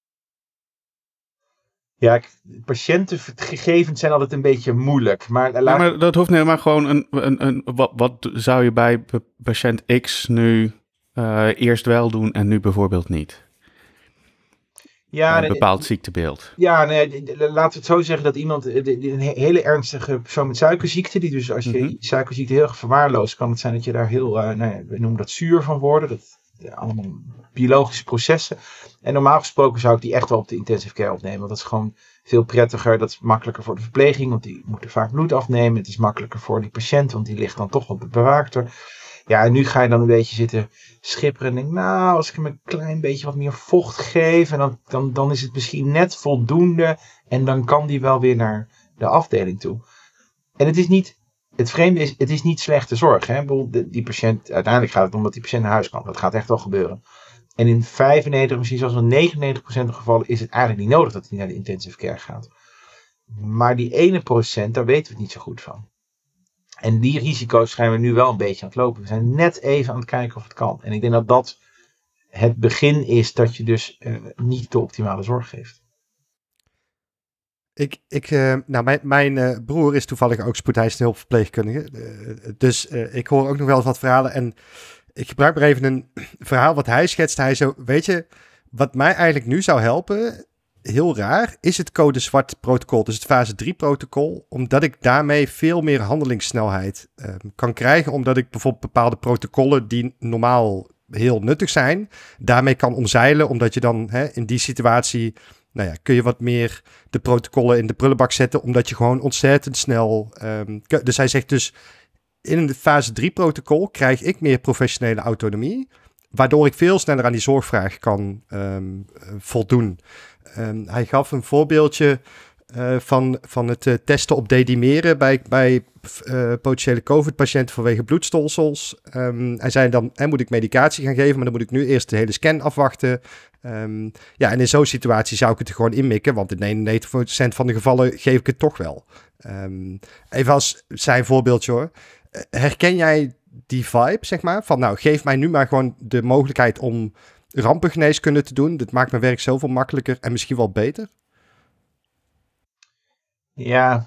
Ja, patiëntengegevens zijn altijd een beetje moeilijk. Maar, laat... ja, maar dat hoeft niet, maar gewoon een, een, een, wat, wat zou je bij patiënt X nu uh, eerst wel doen en nu bijvoorbeeld niet? Ja, een bepaald nee, ziektebeeld. Ja, nee, laten we het zo zeggen dat iemand, een hele ernstige persoon met suikerziekte, die dus als je mm-hmm. suikerziekte heel erg verwaarloost, kan het zijn dat je daar heel, uh, nou ja, we noemen dat zuur van worden. Dat ja, allemaal biologische processen. En normaal gesproken zou ik die echt wel op de intensive care opnemen. Want dat is gewoon veel prettiger. Dat is makkelijker voor de verpleging, want die moeten vaak bloed afnemen. Het is makkelijker voor die patiënt, want die ligt dan toch op het bewaakter. Ja, en nu ga je dan een beetje zitten schipperen en denk, nou, als ik hem een klein beetje wat meer vocht geef, en dan, dan, dan is het misschien net voldoende, en dan kan die wel weer naar de afdeling toe. En het is niet, het vreemde is, het is niet slechte zorg. Hè? Die, die patiënt, uiteindelijk gaat het om dat die patiënt naar huis kan. Dat gaat echt wel gebeuren. En in vijfennegentig, misschien zelfs wel negenennegentig procent van de gevallen is het eigenlijk niet nodig dat hij naar de intensive care gaat. Maar die ene procent, daar weten we het niet zo goed van. En die risico's schijnen we nu wel een beetje aan het lopen. We zijn net even aan het kijken of het kan. En ik denk dat dat het begin is dat je dus uh, niet de optimale zorg geeft. Ik, ik, uh, nou, mijn, mijn uh, broer is toevallig ook spoedeisende hulpverpleegkundige. Uh, dus uh, ik hoor ook nog wel eens wat verhalen. En ik gebruik maar even een verhaal wat hij schetst. Hij zo, weet je, wat mij eigenlijk nu zou helpen, heel raar, is het code zwart protocol. Dus het fase drie protocol. Omdat ik daarmee veel meer handelingssnelheid uh, kan krijgen. Omdat ik bijvoorbeeld bepaalde protocollen die normaal heel nuttig zijn, daarmee kan omzeilen. Omdat je dan hè, in die situatie, nou ja, kun je wat meer de protocollen in de prullenbak zetten. Omdat je gewoon ontzettend snel, um, dus hij zegt dus, in een fase drie protocol krijg ik meer professionele autonomie, waardoor ik veel sneller aan die zorgvraag kan um, voldoen. Um, hij gaf een voorbeeldje uh, van, van het uh, testen op dedimeren bij, bij uh, potentiële COVID-patiënten vanwege bloedstolsels. Um, hij zei dan, eh, moet ik medicatie gaan geven, maar dan moet ik nu eerst de hele scan afwachten. Um, ja, en in zo'n situatie zou ik het er gewoon inmikken, want in negenennegentig procent van de gevallen geef ik het toch wel. Um, even als zijn voorbeeldje hoor. Herken jij die vibe, zeg maar? Van nou, geef mij nu maar gewoon de mogelijkheid om rampengeneeskunde te doen. Dat maakt mijn werk zoveel makkelijker en misschien wel beter. Ja.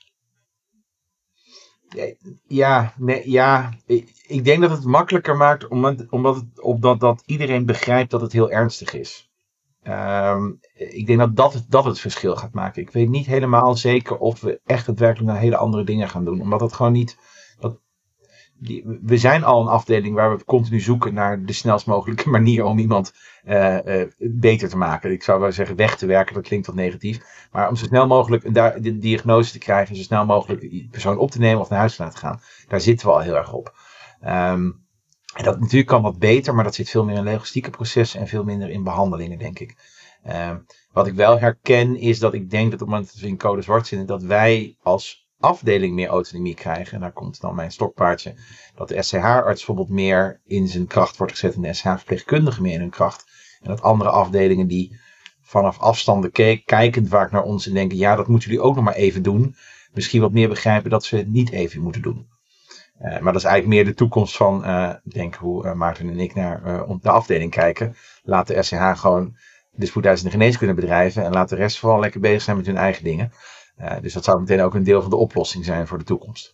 Ja, nee, ja. Ik, ik denk dat het makkelijker maakt omdat, omdat, het, omdat dat iedereen begrijpt dat het heel ernstig is. Um, ik denk dat dat het, dat het verschil gaat maken. Ik weet niet helemaal zeker of we echt het werkelijk naar hele andere dingen gaan doen. Omdat het gewoon niet... Dat, die, we zijn al een afdeling waar we continu zoeken naar de snelst mogelijke manier om iemand uh, uh, beter te maken. Ik zou wel zeggen weg te werken, dat klinkt wat negatief. Maar om zo snel mogelijk een da- de diagnose te krijgen, zo snel mogelijk die persoon op te nemen of naar huis te laten gaan. Daar zitten we al heel erg op. Um, en dat natuurlijk kan wat beter, maar dat zit veel meer in logistieke processen en veel minder in behandelingen, denk ik. Um, wat ik wel herken is dat ik denk dat op het moment dat we in code zwart zitten, dat wij als afdeling meer autonomie krijgen. En daar komt dan mijn stokpaardje. Dat de S C H-arts bijvoorbeeld meer in zijn kracht wordt gezet en de S C H-verpleegkundigen meer in hun kracht. En dat andere afdelingen die vanaf afstanden ke- kijkend vaak naar ons en denken, ja, dat moeten jullie ook nog maar even doen. Misschien wat meer begrijpen dat ze het niet even moeten doen. Uh, maar dat is eigenlijk meer de toekomst van, uh, denk hoe uh, Maarten en ik naar uh, de afdeling kijken. Laat de S C H gewoon de spoedeisende geneeskunde bedrijven en laat de rest vooral lekker bezig zijn met hun eigen dingen. Uh, dus dat zou meteen ook een deel van de oplossing zijn voor de toekomst.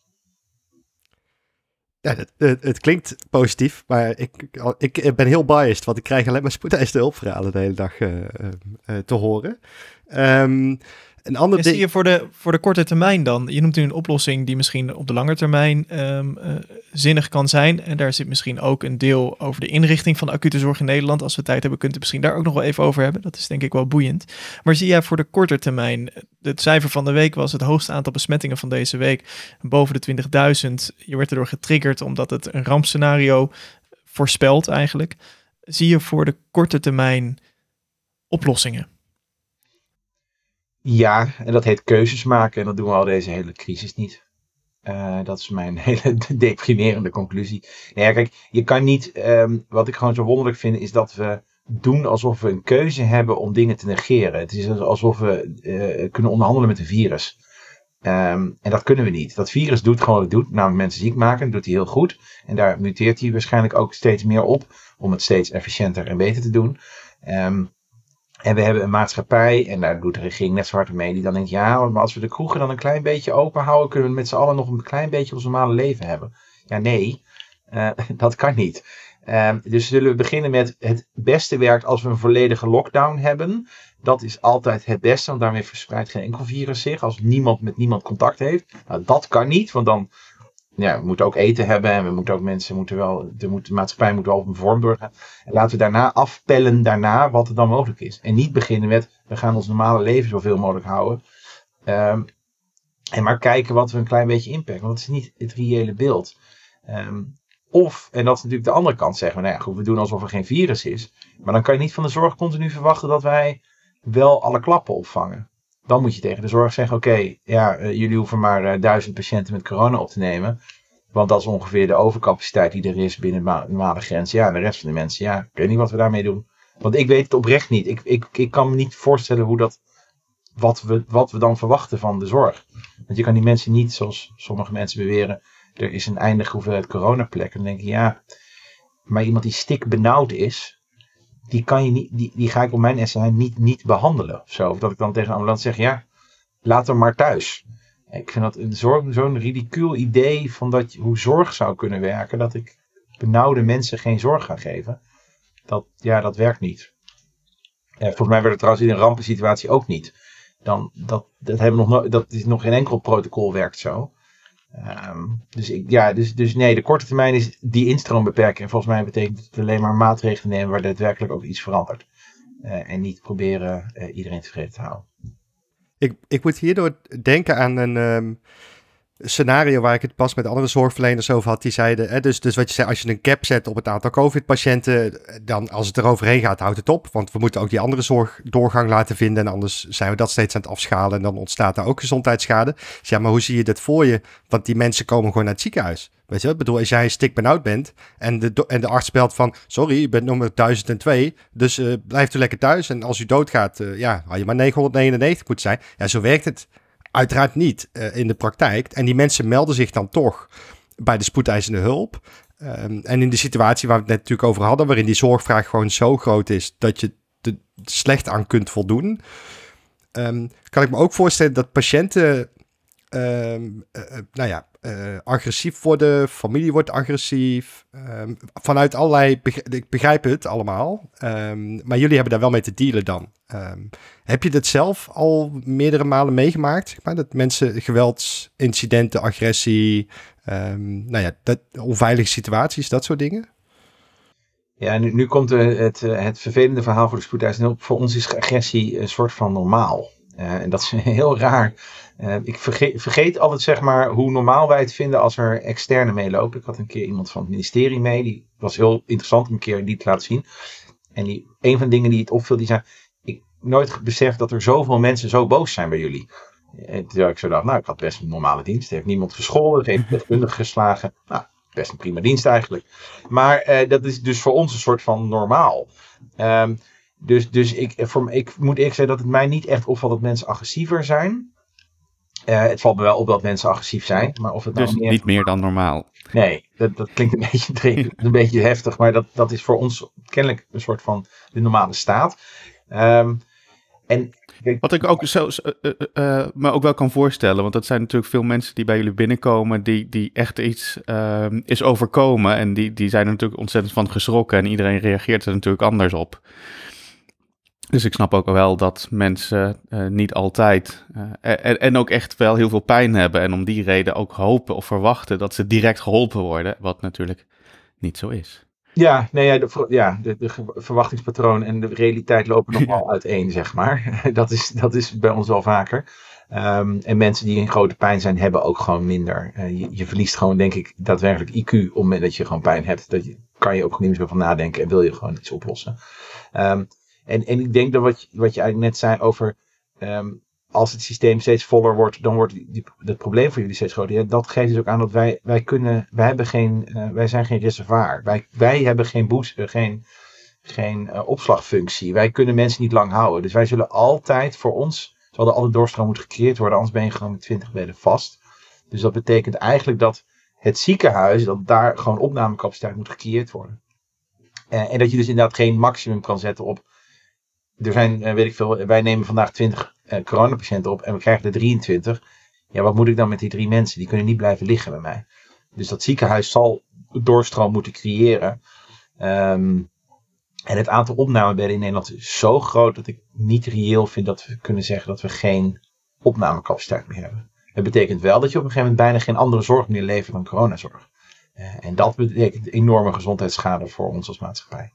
Ja, het, het, het klinkt positief, maar ik, ik ben heel biased, want ik krijg alleen maar spoedeisende hulpverhalen de hele dag uh, uh, te horen. Um, Een ander en zie je voor de, voor de korte termijn dan? Je noemt nu een oplossing die misschien op de lange termijn um, uh, zinnig kan zijn. En daar zit misschien ook een deel over de inrichting van de acute zorg in Nederland. Als we tijd hebben, kunt u misschien daar ook nog wel even over hebben. Dat is denk ik wel boeiend. Maar zie jij voor de korte termijn? Het cijfer van de week was het hoogste aantal besmettingen van deze week. Boven de twintigduizend. Je werd erdoor getriggerd omdat het een rampscenario voorspelt eigenlijk. Zie je voor de korte termijn oplossingen? Ja, en dat heet keuzes maken. En dat doen we al deze hele crisis niet. Uh, dat is mijn hele deprimerende conclusie. Nee, kijk, je kan niet... Um, wat ik gewoon zo wonderlijk vind, is dat we doen alsof we een keuze hebben om dingen te negeren. Het is alsof we uh, kunnen onderhandelen met een virus. Um, en dat kunnen we niet. Dat virus doet gewoon wat het doet. Namelijk mensen ziek maken. Dat doet hij heel goed. En daar muteert hij waarschijnlijk ook steeds meer op. Om het steeds efficiënter en beter te doen. Um, En we hebben een maatschappij, en daar doet de regering net zo hard mee, die dan denkt, ja, maar als we de kroegen dan een klein beetje open houden, kunnen we met z'n allen nog een klein beetje ons normale leven hebben. Ja, nee, uh, dat kan niet. Uh, dus zullen we beginnen met het beste werkt als we een volledige lockdown hebben. Dat is altijd het beste, want daarmee verspreidt geen enkel virus zich. Als niemand met niemand contact heeft. Nou, dat kan niet, want dan... Ja, we moeten ook eten hebben en we moeten ook mensen moeten wel, de, moet, de maatschappij moet wel op een vorm doorgaan. En laten we daarna afpellen daarna wat er dan mogelijk is. En niet beginnen met, we gaan ons normale leven zoveel mogelijk houden. Um, en maar kijken wat we een klein beetje inperken. Want dat is niet het reële beeld. Um, of, en dat is natuurlijk de andere kant, zeggen we, nou ja, goed, we doen alsof er geen virus is. Maar dan kan je niet van de zorg continu verwachten dat wij wel alle klappen opvangen. Dan moet je tegen de zorg zeggen, oké, okay, ja, uh, jullie hoeven maar uh, duizend patiënten met corona op te nemen. Want dat is ongeveer de overcapaciteit die er is binnen de normale grens. Ja, en de rest van de mensen, ja, ik weet niet wat we daarmee doen. Want ik weet het oprecht niet. Ik, ik, ik kan me niet voorstellen hoe dat, wat we, wat we dan verwachten van de zorg. Want je kan die mensen niet, zoals sommige mensen beweren, er is een eindige hoeveelheid coronaplekken. Dan denk je, ja, maar iemand die stik benauwd is, die kan je niet, die, die ga ik op mijn S C H niet, niet behandelen. Of zo. Of dat ik dan tegen een ambulance zeg, ja, laat hem maar thuis. Ik vind dat een zorg, zo'n ridicuul idee van dat, hoe zorg zou kunnen werken, dat ik benauwde mensen geen zorg ga geven. Dat, ja, dat werkt niet. Eh, volgens mij werd het trouwens in een rampensituatie ook niet. Dan, dat, dat, hebben we nog no- dat is nog geen enkel protocol werkt zo. Um, dus, ik, ja, dus, dus nee, de korte termijn is die instroom beperken. En volgens mij betekent het alleen maar maatregelen nemen waar daadwerkelijk ook iets verandert. Uh, en niet proberen uh, iedereen tevreden te houden. Ik, ik moet hierdoor denken aan een, um, scenario waar ik het pas met andere zorgverleners over had, die zeiden, hè, dus, dus wat je zei, als je een cap zet op het aantal COVID-patiënten, dan als het eroverheen gaat, houdt het op. Want we moeten ook die andere zorg doorgang laten vinden en anders zijn we dat steeds aan het afschalen en dan ontstaat daar ook gezondheidsschade. Dus ja, maar hoe zie je dat voor je? Want die mensen komen gewoon naar het ziekenhuis. Weet je, ik bedoel, als jij stikbenauwd bent en de, en de arts belt van, sorry, u bent nummer duizend twee, dus uh, blijft u lekker thuis en als u doodgaat, uh, ja, had je maar negenhonderdnegenennegentig moeten zijn. Ja, zo werkt het uiteraard niet uh, in de praktijk. En die mensen melden zich dan toch bij de spoedeisende hulp. Um, en in de situatie waar we het net natuurlijk over hadden, waarin die zorgvraag gewoon zo groot is dat je er slecht aan kunt voldoen, um, kan ik me ook voorstellen dat patiënten um, uh, uh, nou ja, uh, agressief worden, familie wordt agressief, um, vanuit allerlei, ik begrijp het allemaal, um, maar jullie hebben daar wel mee te dealen dan. Um, heb je dat zelf al meerdere malen meegemaakt? Zeg maar, dat mensen geweldsincidenten, agressie, um, nou ja, dat, onveilige situaties, dat soort dingen? Ja, nu, nu komt uh, het, uh, het vervelende verhaal voor de spoedeisende hulp. Voor ons is agressie een soort van normaal. Uh, en dat is heel raar. Uh, ik vergeet, vergeet altijd zeg maar hoe normaal wij het vinden als er externe meelopen. Ik had een keer iemand van het ministerie mee. Die was heel interessant om een keer die te laten zien. En die, een van de dingen die het opviel, die zei, ik nooit beseft dat er zoveel mensen zo boos zijn bij jullie. En terwijl ik zo dacht, nou, ik had best een normale dienst. Er heeft niemand gescholden, geen deskundige geslagen. Nou, best een prima dienst eigenlijk. Maar uh, dat is dus voor ons een soort van normaal. Um, dus dus ik, voor, ik moet eerlijk zeggen dat het mij niet echt opvalt dat mensen agressiever zijn. Uh, het valt me wel op dat mensen agressief zijn. Maar of het dus nou meer... niet meer dan normaal. Nee, dat, dat klinkt een beetje, een beetje heftig. Maar dat, dat is voor ons kennelijk een soort van de normale staat. Um, en... Wat ik ook zo, uh, uh, uh, me ook wel kan voorstellen, want dat zijn natuurlijk veel mensen die bij jullie binnenkomen, die, die echt iets uh, is overkomen en die, die zijn er natuurlijk ontzettend van geschrokken en iedereen reageert er natuurlijk anders op. Dus ik snap ook wel dat mensen uh, niet altijd uh, en, en ook echt wel heel veel pijn hebben en om die reden ook hopen of verwachten dat ze direct geholpen worden, wat natuurlijk niet zo is. Ja, nee, ja, de, ja de, de verwachtingspatroon en de realiteit lopen nogal ja. uiteen, zeg maar. Dat is, dat is bij ons wel vaker. Um, en mensen die in grote pijn zijn, hebben ook gewoon minder. Uh, je, je verliest gewoon, denk ik, daadwerkelijk I Q op het moment dat je gewoon pijn hebt. Dat je, kan je ook niet meer van nadenken en wil je gewoon iets oplossen. Um, en, en ik denk dat wat, wat je eigenlijk net zei over... Um, als het systeem steeds voller wordt, dan wordt die, die, het probleem voor jullie steeds groter. Ja, dat geeft dus ook aan dat wij, wij kunnen, wij hebben geen, uh, wij zijn geen reservoir. Wij, wij hebben geen boost, uh, geen, geen uh, opslagfunctie. Wij kunnen mensen niet lang houden. Dus wij zullen altijd voor ons, zal er altijd doorstroom moeten gecreëerd worden, anders ben je gewoon met twintig bedden vast. Dus dat betekent eigenlijk dat het ziekenhuis, dat daar gewoon opnamecapaciteit moet gecreëerd worden. Uh, en dat je dus inderdaad geen maximum kan zetten op. Er zijn, uh, weet ik veel, wij nemen vandaag twintig uh, coronapatiënten op en we krijgen er drieëntwintig. Ja, wat moet ik dan met die drie mensen? Die kunnen niet blijven liggen bij mij. Dus dat ziekenhuis zal doorstroom moeten creëren. Um, en het aantal opnamebedden in Nederland is zo groot dat ik niet reëel vind dat we kunnen zeggen dat we geen opnamecapaciteit meer hebben. Het betekent wel dat je op een gegeven moment bijna geen andere zorg meer levert dan coronazorg. Uh, en dat betekent enorme gezondheidsschade voor ons als maatschappij.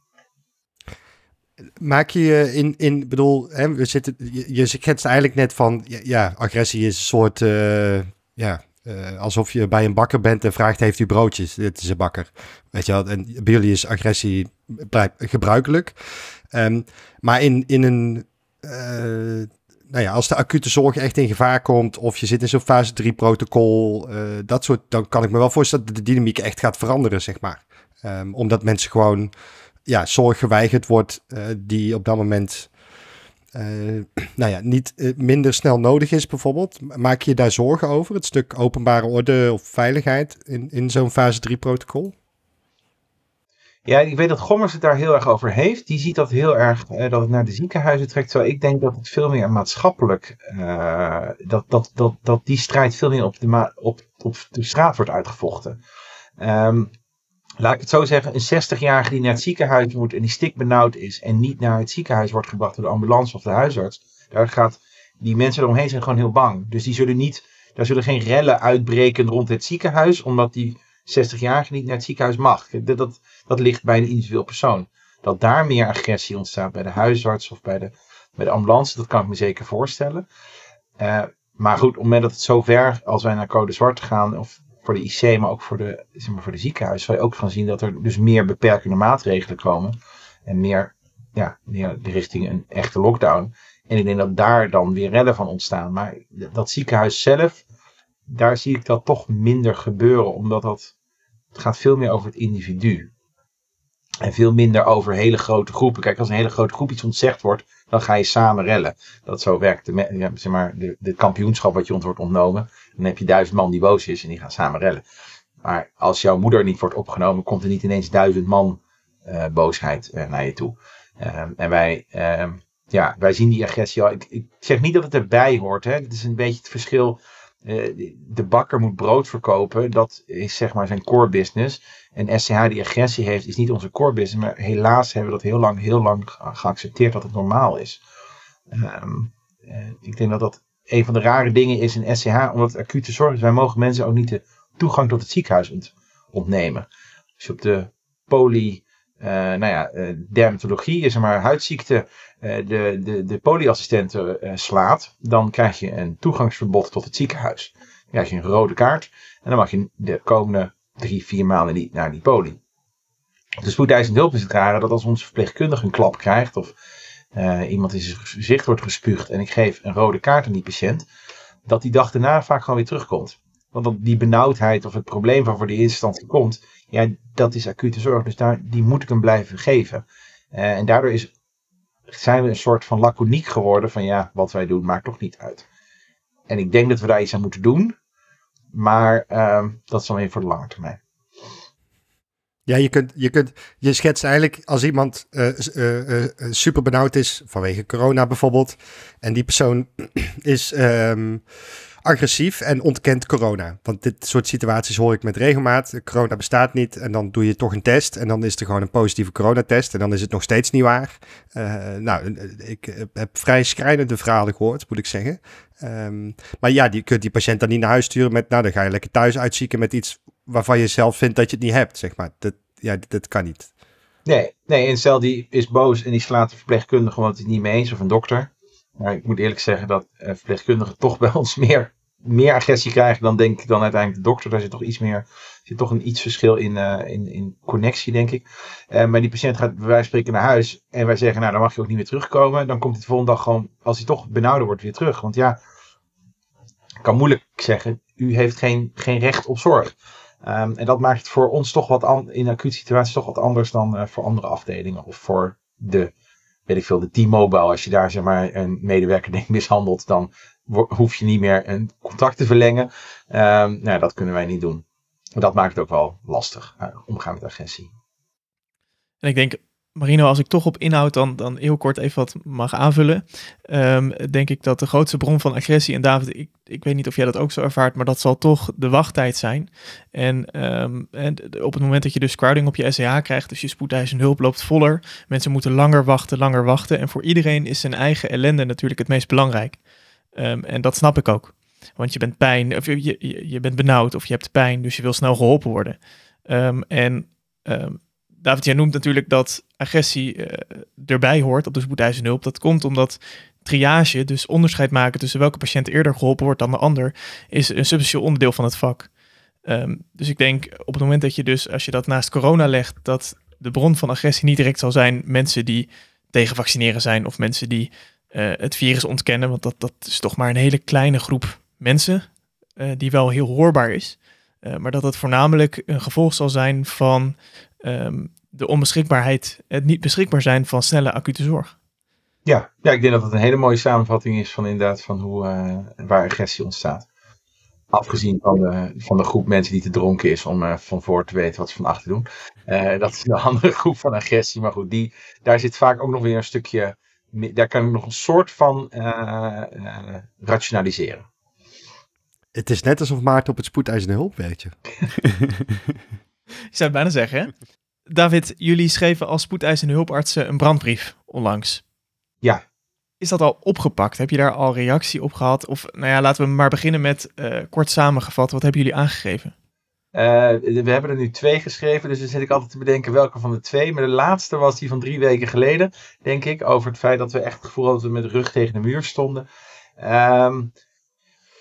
Maak je in, in bedoel, hè, we zitten, je, je schetst eigenlijk net van, ja, ja agressie is een soort, uh, ja, uh, alsof je bij een bakker bent en vraagt, heeft u broodjes? Dit is een bakker, weet je wel. En bij jullie is agressie gebruikelijk. Um, maar in, in een, uh, nou ja, als de acute zorg echt in gevaar komt, of je zit in zo'n fase drie protocol, uh, dat soort, dan kan ik me wel voorstellen dat de dynamiek echt gaat veranderen, zeg maar. Um, omdat mensen gewoon... ja, zorg geweigerd wordt uh, die op dat moment uh, nou ja, niet uh, minder snel nodig is bijvoorbeeld. Maak je daar zorgen over, het stuk openbare orde of veiligheid in, in zo'n fase drie protocol? Ja, ik weet dat Gommers het daar heel erg over heeft. Die ziet dat heel erg, uh, dat het naar de ziekenhuizen trekt. Terwijl ik denk dat het veel meer maatschappelijk, uh, dat, dat, dat, dat die strijd veel meer op de, ma- op, op de straat wordt uitgevochten. Um, Laat ik het zo zeggen, een zestigjarige die naar het ziekenhuis moet en die stikbenauwd is en niet naar het ziekenhuis wordt gebracht door de ambulance of de huisarts. Daar gaat, die mensen eromheen zijn gewoon heel bang. Dus die zullen niet, daar zullen geen rellen uitbreken rond het ziekenhuis, omdat die zestigjarige niet naar het ziekenhuis mag. Dat, dat, dat ligt bij een individueel persoon. Dat daar meer agressie ontstaat bij de huisarts of bij de, bij de ambulance, dat kan ik me zeker voorstellen. Uh, maar goed, op het moment dat het zo ver, als wij naar code zwart gaan, of voor de I C, maar ook voor de, zeg maar voor de ziekenhuis, zal je ook gaan zien dat er dus meer beperkende maatregelen komen. En meer, ja, meer richting een echte lockdown. En ik denk dat daar dan weer redden van ontstaan. Maar dat ziekenhuis zelf, daar zie ik dat toch minder gebeuren. Omdat dat, het gaat veel meer over het individu. En veel minder over hele grote groepen. Kijk, als een hele grote groep iets ontzegd wordt, dan ga je samen rellen. Dat zo werkt de, ja, zeg maar, de, de kampioenschap wat je ont wordt ontnomen. Dan heb je duizend man die boos is en die gaan samen rellen. Maar als jouw moeder niet wordt opgenomen, komt er niet ineens duizend man uh, boosheid uh, naar je toe. Uh, en wij, uh, ja, wij zien die agressie al. Ik, ik zeg niet dat het erbij hoort. Hè. Het is een beetje het verschil. Uh, de bakker moet brood verkopen. Dat is zeg maar zijn core business. En S C H die agressie heeft, is niet onze core business. Maar helaas hebben we dat heel lang, heel lang ge- geaccepteerd dat het normaal is. Um, uh, ik denk dat dat een van de rare dingen is in S C H. Omdat het acute zorg is. Wij mogen mensen ook niet de toegang tot het ziekenhuis ont- ontnemen. Als je op de poly... Uh, nou ja, uh, dermatologie is er maar huidziekte, uh, de, de, de polyassistenten uh, slaat, dan krijg je een toegangsverbod tot het ziekenhuis. Dan krijg je een rode kaart en dan mag je de komende drie, vier maanden niet naar die poly. De spoedeisende hulp is het rare dat als onze verpleegkundige een klap krijgt of uh, iemand in zijn gezicht wordt gespuugd en ik geef een rode kaart aan die patiënt, dat die dag daarna vaak gewoon weer terugkomt. Want dan die benauwdheid of het probleem waarvoor die eerste instantie komt, ja, dat is acute zorg. Dus daar, die moet ik hem blijven geven. Uh, en daardoor is, zijn we een soort van laconiek geworden van ja, wat wij doen maakt toch niet uit. En ik denk dat we daar iets aan moeten doen. Maar uh, dat is dan even voor de lange termijn. Ja, je kunt, je kunt, je schetst eigenlijk als iemand uh, uh, uh, super benauwd is, vanwege corona bijvoorbeeld, en die persoon is um, agressief en ontkent corona. Want dit soort situaties hoor ik met regelmaat. Corona bestaat niet en dan doe je toch een test en dan is er gewoon een positieve coronatest en dan is het nog steeds niet waar. Uh, nou, ik heb vrij schrijnende verhalen gehoord, moet ik zeggen. Um, maar ja, je kunt die patiënt dan niet naar huis sturen met, nou, dan ga je lekker thuis uitzieken met iets waarvan je zelf vindt dat je het niet hebt, zeg maar. Dat, ja, dat kan niet. Nee, nee, en stel die is boos en die slaat de verpleegkundige want hij het niet mee eens, of een dokter. Maar ik moet eerlijk zeggen dat uh, verpleegkundigen toch bij ons meer, meer agressie krijgen dan denk ik dan uiteindelijk de dokter. Daar zit toch iets meer, zit toch een iets verschil in, uh, in, in connectie, denk ik. Uh, maar die patiënt gaat bij wijze van spreken naar huis en wij zeggen, nou dan mag je ook niet meer terugkomen. Dan komt hij de volgende dag gewoon, als hij toch benauwder wordt, weer terug. Want ja, ik kan moeilijk zeggen, u heeft geen, geen recht op zorg. Um, en dat maakt het voor ons toch wat an- in acute situaties toch wat anders dan uh, voor andere afdelingen. Of voor de, weet ik veel, de T-Mobile. Als je daar zeg maar een medewerker denk mishandelt, dan wo- hoef je niet meer een contract te verlengen. Um, nou, dat kunnen wij niet doen. En dat maakt het ook wel lastig, uh, omgaan met agressie. En ik denk, Marino, als ik toch op inhoud dan, dan heel kort even wat mag aanvullen. Um, denk ik dat de grootste bron van agressie, en David, ik, ik weet niet of jij dat ook zo ervaart, maar dat zal toch de wachttijd zijn. En, um, en op het moment dat je dus crowding op je S C H krijgt, dus je spoedeisende hulp loopt voller, mensen moeten langer wachten, langer wachten. En voor iedereen is zijn eigen ellende natuurlijk het meest belangrijk. Um, en dat snap ik ook. Want je bent pijn, of je, je, je bent benauwd of je hebt pijn, dus je wil snel geholpen worden. Um, en um, David, jij noemt natuurlijk dat agressie uh, erbij hoort op de spoedeisende hulp. Dat komt omdat triage, dus onderscheid maken tussen welke patiënt eerder geholpen wordt dan de ander, is een substantieel onderdeel van het vak. Um, dus ik denk op het moment dat je dus, als je dat naast corona legt, dat de bron van agressie niet direct zal zijn mensen die tegen vaccineren zijn of mensen die uh, het virus ontkennen. Want dat, dat is toch maar een hele kleine groep mensen uh, die wel heel hoorbaar is. Uh, maar dat het voornamelijk een gevolg zal zijn van um, de onbeschikbaarheid, het niet beschikbaar zijn van snelle acute zorg. Ja, ja, ik denk dat het een hele mooie samenvatting is van inderdaad van hoe, uh, waar agressie ontstaat. Afgezien van de, van de groep mensen die te dronken is om uh, van voor te weten wat ze van achter doen. Uh, dat is een andere groep van agressie. Maar goed, die, daar zit vaak ook nog weer een stukje, daar kan ik nog een soort van uh, uh, rationaliseren. Het is net alsof Maarten op het spoedeisende hulp werkt. Je zou het bijna zeggen, hè? David, jullie schreven als spoedeisende hulpartsen een brandbrief onlangs. Ja. Is dat al opgepakt? Heb je daar al reactie op gehad? Of nou ja, laten we maar beginnen met uh, kort samengevat. Wat hebben jullie aangegeven? Uh, we hebben er nu twee geschreven, dus dan zit ik altijd te bedenken welke van de twee. Maar de laatste was die van drie weken geleden, denk ik. Over het feit dat we echt het gevoel hadden dat we met de rug tegen de muur stonden. Um,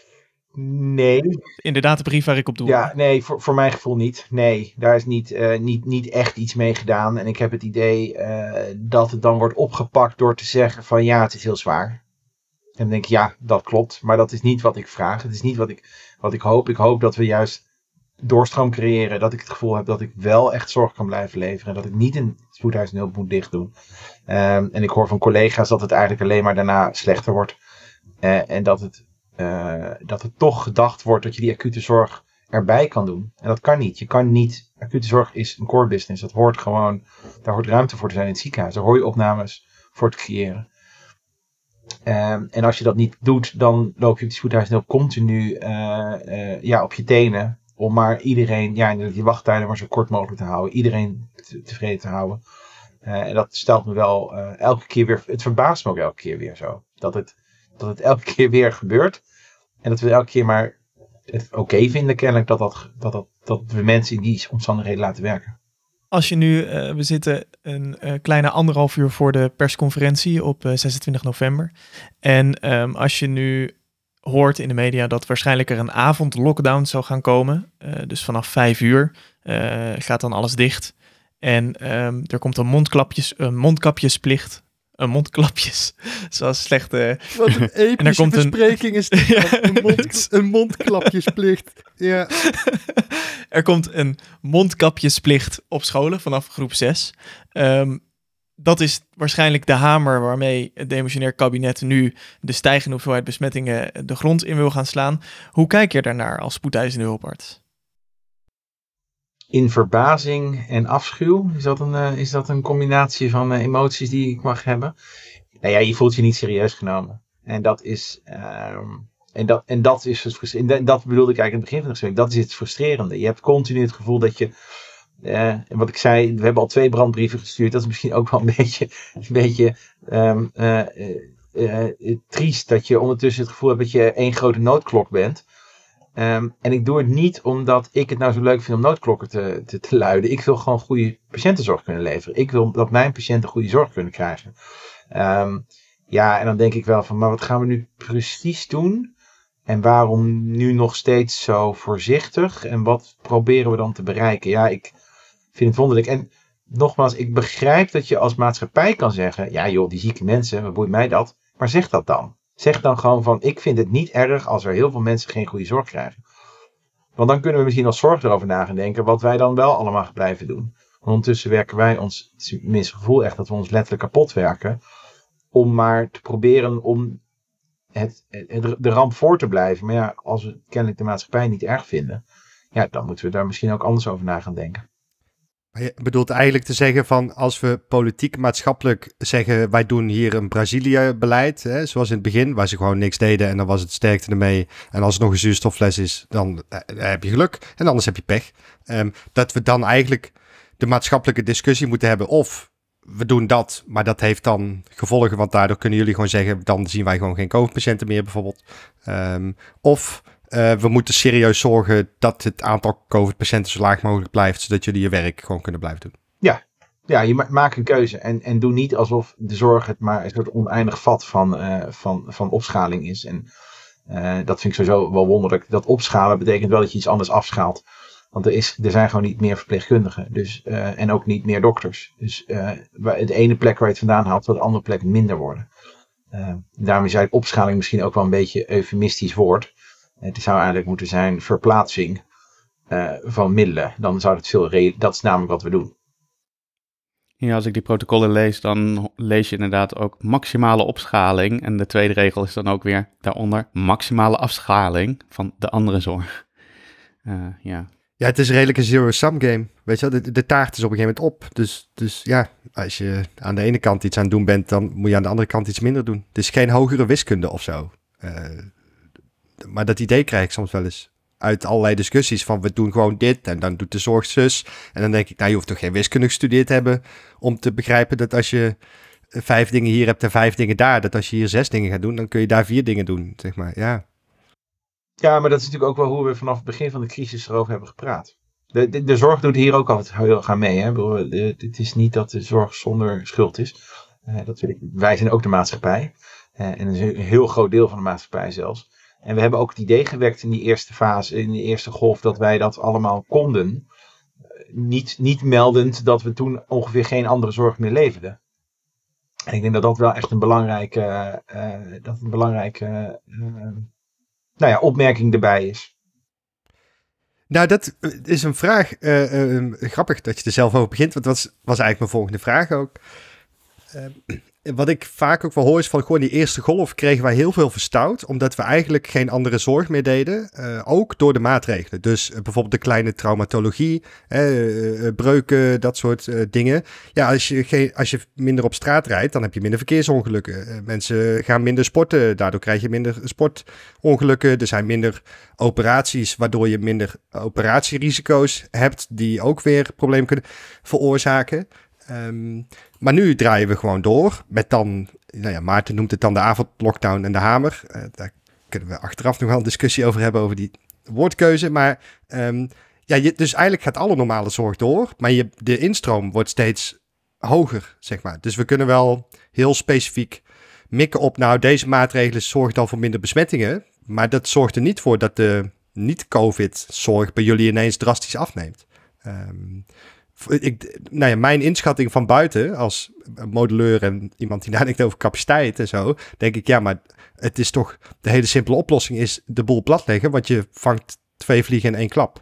Nee. Inderdaad de brief waar ik op doe. Ja, nee, voor, voor mijn gevoel niet. Nee, daar is niet, uh, niet, niet echt iets mee gedaan. En ik heb het idee uh, dat het dan wordt opgepakt door te zeggen van ja, het is heel zwaar. En dan denk ik, ja, dat klopt. Maar dat is niet wat ik vraag. Het is niet wat ik, wat ik hoop. Ik hoop dat we juist doorstroom creëren. Dat ik het gevoel heb dat ik wel echt zorg kan blijven leveren. Dat ik niet een spoedeisende hulp moet dicht doen. Um, en ik hoor van collega's dat het eigenlijk alleen maar daarna slechter wordt. Uh, en dat het, uh, dat het toch gedacht wordt dat je die acute zorg erbij kan doen. En dat kan niet. Je kan niet. Acute zorg is een core business. Dat hoort gewoon, daar hoort ruimte voor te zijn in het ziekenhuis. Daar hoor je opnames voor te creëren. Um, en als je dat niet doet, dan loop je op die spoedeisende hulp continu uh, uh, ja, op je tenen. Om maar iedereen, ja, die wachttijden maar zo kort mogelijk te houden. Iedereen te, tevreden te houden. Uh, en dat stelt me wel uh, elke keer weer, het verbaast me ook elke keer weer zo. Dat het, dat het elke keer weer gebeurt. En dat we elke keer maar het oké okay vinden kennelijk dat, dat, dat, dat, dat we mensen in die omstandigheden laten werken. Als je nu, uh, we zitten een uh, kleine anderhalf uur voor de persconferentie op uh, zesentwintig november. En um, als je nu hoort in de media dat waarschijnlijk er een avondlockdown zou gaan komen. Uh, dus vanaf vijf uur uh, gaat dan alles dicht. En um, er komt een, mondklapjes, een mondkapjesplicht. Een mondklapjes. Zoals slechte... Wat een epische en bespreking een... is dit. Ja. Een, mond, een mondklapjesplicht. Ja. Er komt een mondkapjesplicht op scholen vanaf groep zes. Um, dat is waarschijnlijk de hamer waarmee het demissionair kabinet nu de stijgende hoeveelheid besmettingen de grond in wil gaan slaan. Hoe kijk je daarnaar als spoedeisende hulparts? In verbazing en afschuw? Is dat een, uh, is dat een combinatie van uh, emoties die ik mag hebben? Nou ja, je voelt je niet serieus genomen. En dat is... Um, en, dat, en dat is het frustrerende. En dat bedoelde ik eigenlijk in het begin van het gesprek. Dat is het frustrerende. Je hebt continu het gevoel dat je... Uh, wat ik zei, we hebben al twee brandbrieven gestuurd. Dat is misschien ook wel een beetje... Een beetje um, uh, uh, uh, triest dat je ondertussen het gevoel hebt dat je één grote noodklok bent. Um, en ik doe het niet omdat ik het nou zo leuk vind om noodklokken te, te, te luiden. Ik wil gewoon goede patiëntenzorg kunnen leveren. Ik wil dat mijn patiënten goede zorg kunnen krijgen. Um, ja, en dan denk ik wel van, maar wat gaan we nu precies doen? En waarom nu nog steeds zo voorzichtig? En wat proberen we dan te bereiken? Ja, ik vind het wonderlijk. En nogmaals, ik begrijp dat je als maatschappij kan zeggen, ja joh, die zieke mensen, wat boeit mij dat? Maar zeg dat dan. Zeg dan gewoon van, ik vind het niet erg als er heel veel mensen geen goede zorg krijgen. Want dan kunnen we misschien als zorg erover na gaan denken wat wij dan wel allemaal gaan blijven doen. Ondertussen werken wij ons, tenminste gevoel echt dat we ons letterlijk kapot werken. Om maar te proberen om het, het, de ramp voor te blijven. Maar ja, als we kennelijk de maatschappij niet erg vinden, ja, dan moeten we daar misschien ook anders over na gaan denken. Je bedoelt eigenlijk te zeggen van als we politiek, maatschappelijk zeggen wij doen hier een Brazilië-beleid, hè, zoals in het begin, waar ze gewoon niks deden en dan was het sterkte ermee. En als het nog een zuurstoffles is, dan eh, heb je geluk en anders heb je pech. Um, dat we dan eigenlijk de maatschappelijke discussie moeten hebben of we doen dat, maar dat heeft dan gevolgen, want daardoor kunnen jullie gewoon zeggen, dan zien wij gewoon geen COVID-patiënten meer bijvoorbeeld. Um, of... Uh, we moeten serieus zorgen dat het aantal COVID-patiënten zo laag mogelijk blijft, zodat jullie je werk gewoon kunnen blijven doen. Ja, ja je ma- maakt een keuze en, en doe niet alsof de zorg het maar een soort oneindig vat van, uh, van, van opschaling is. En uh, dat vind ik sowieso wel wonderlijk. Dat opschalen betekent wel dat je iets anders afschaalt. Want er, is, er zijn gewoon niet meer verpleegkundigen dus, uh, en ook niet meer dokters. Dus uh, de ene plek waar je het vandaan haalt, zal de andere plek minder worden. Uh, daarom is eigenlijk opschaling misschien ook wel een beetje een eufemistisch woord. Het zou eigenlijk moeten zijn verplaatsing uh, van middelen. Dan zou het veel re- dat is namelijk wat we doen. Ja, als ik die protocollen lees, dan lees je inderdaad ook maximale opschaling. En de tweede regel is dan ook weer daaronder maximale afschaling van de andere zorg. Uh, ja. Ja, het is redelijk een zero-sum game. Weet je wel, de, de taart is op een gegeven moment op. Dus, dus ja, als je aan de ene kant iets aan het doen bent, dan moet je aan de andere kant iets minder doen. Het is geen hogere wiskunde of zo. Uh, Maar dat idee krijg ik soms wel eens uit allerlei discussies van we doen gewoon dit en dan doet de zorg zus. En dan denk ik, nou je hoeft toch geen wiskunde gestudeerd te hebben om te begrijpen dat als je vijf dingen hier hebt en vijf dingen daar, dat als je hier zes dingen gaat doen, dan kun je daar vier dingen doen, zeg maar, ja. Ja, maar dat is natuurlijk ook wel hoe we vanaf het begin van de crisis erover hebben gepraat. De, de, de zorg doet hier ook altijd heel erg aan mee. Hè? Het is niet dat de zorg zonder schuld is. Uh, dat weet ik. Wij zijn ook de maatschappij. Uh, en een heel groot deel van de maatschappij zelfs. En we hebben ook het idee gewekt in die eerste fase, in de eerste golf, dat wij dat allemaal konden. Niet, niet meldend dat we toen ongeveer geen andere zorg meer leverden. En ik denk dat dat wel echt een belangrijke, uh, dat een belangrijke uh, nou ja, opmerking erbij is. Nou, dat is een vraag. Uh, uh, grappig dat je er zelf over begint, want dat was, was eigenlijk mijn volgende vraag ook. Uh, wat ik vaak ook wel hoor is van gewoon die eerste golf kregen wij heel veel verstout, omdat we eigenlijk geen andere zorg meer deden, uh, ook door de maatregelen. Dus uh, bijvoorbeeld de kleine traumatologie, uh, uh, breuken, dat soort uh, dingen. Ja, als je, geen, als je minder op straat rijdt, dan heb je minder verkeersongelukken. Uh, mensen gaan minder sporten, daardoor krijg je minder sportongelukken. Er zijn minder operaties, waardoor je minder operatierisico's hebt, die ook weer problemen kunnen veroorzaken. Um, maar nu draaien we gewoon door met dan, nou ja, Maarten noemt het dan de avondlockdown en de hamer. Uh, daar kunnen we achteraf nog wel een discussie over hebben, over die woordkeuze. Maar um, ja, je, dus eigenlijk gaat alle normale zorg door, maar je, de instroom wordt steeds hoger, zeg maar. Dus we kunnen wel heel specifiek mikken op, nou, deze maatregelen zorgen dan voor minder besmettingen, maar dat zorgt er niet voor dat de niet-COVID-zorg bij jullie ineens drastisch afneemt. Um, Ik, nou ja, mijn inschatting van buiten als modelleur en iemand die nadenkt over capaciteit en zo, denk ik, ja, maar het is toch, de hele simpele oplossing is de boel platleggen, want je vangt twee vliegen in één klap.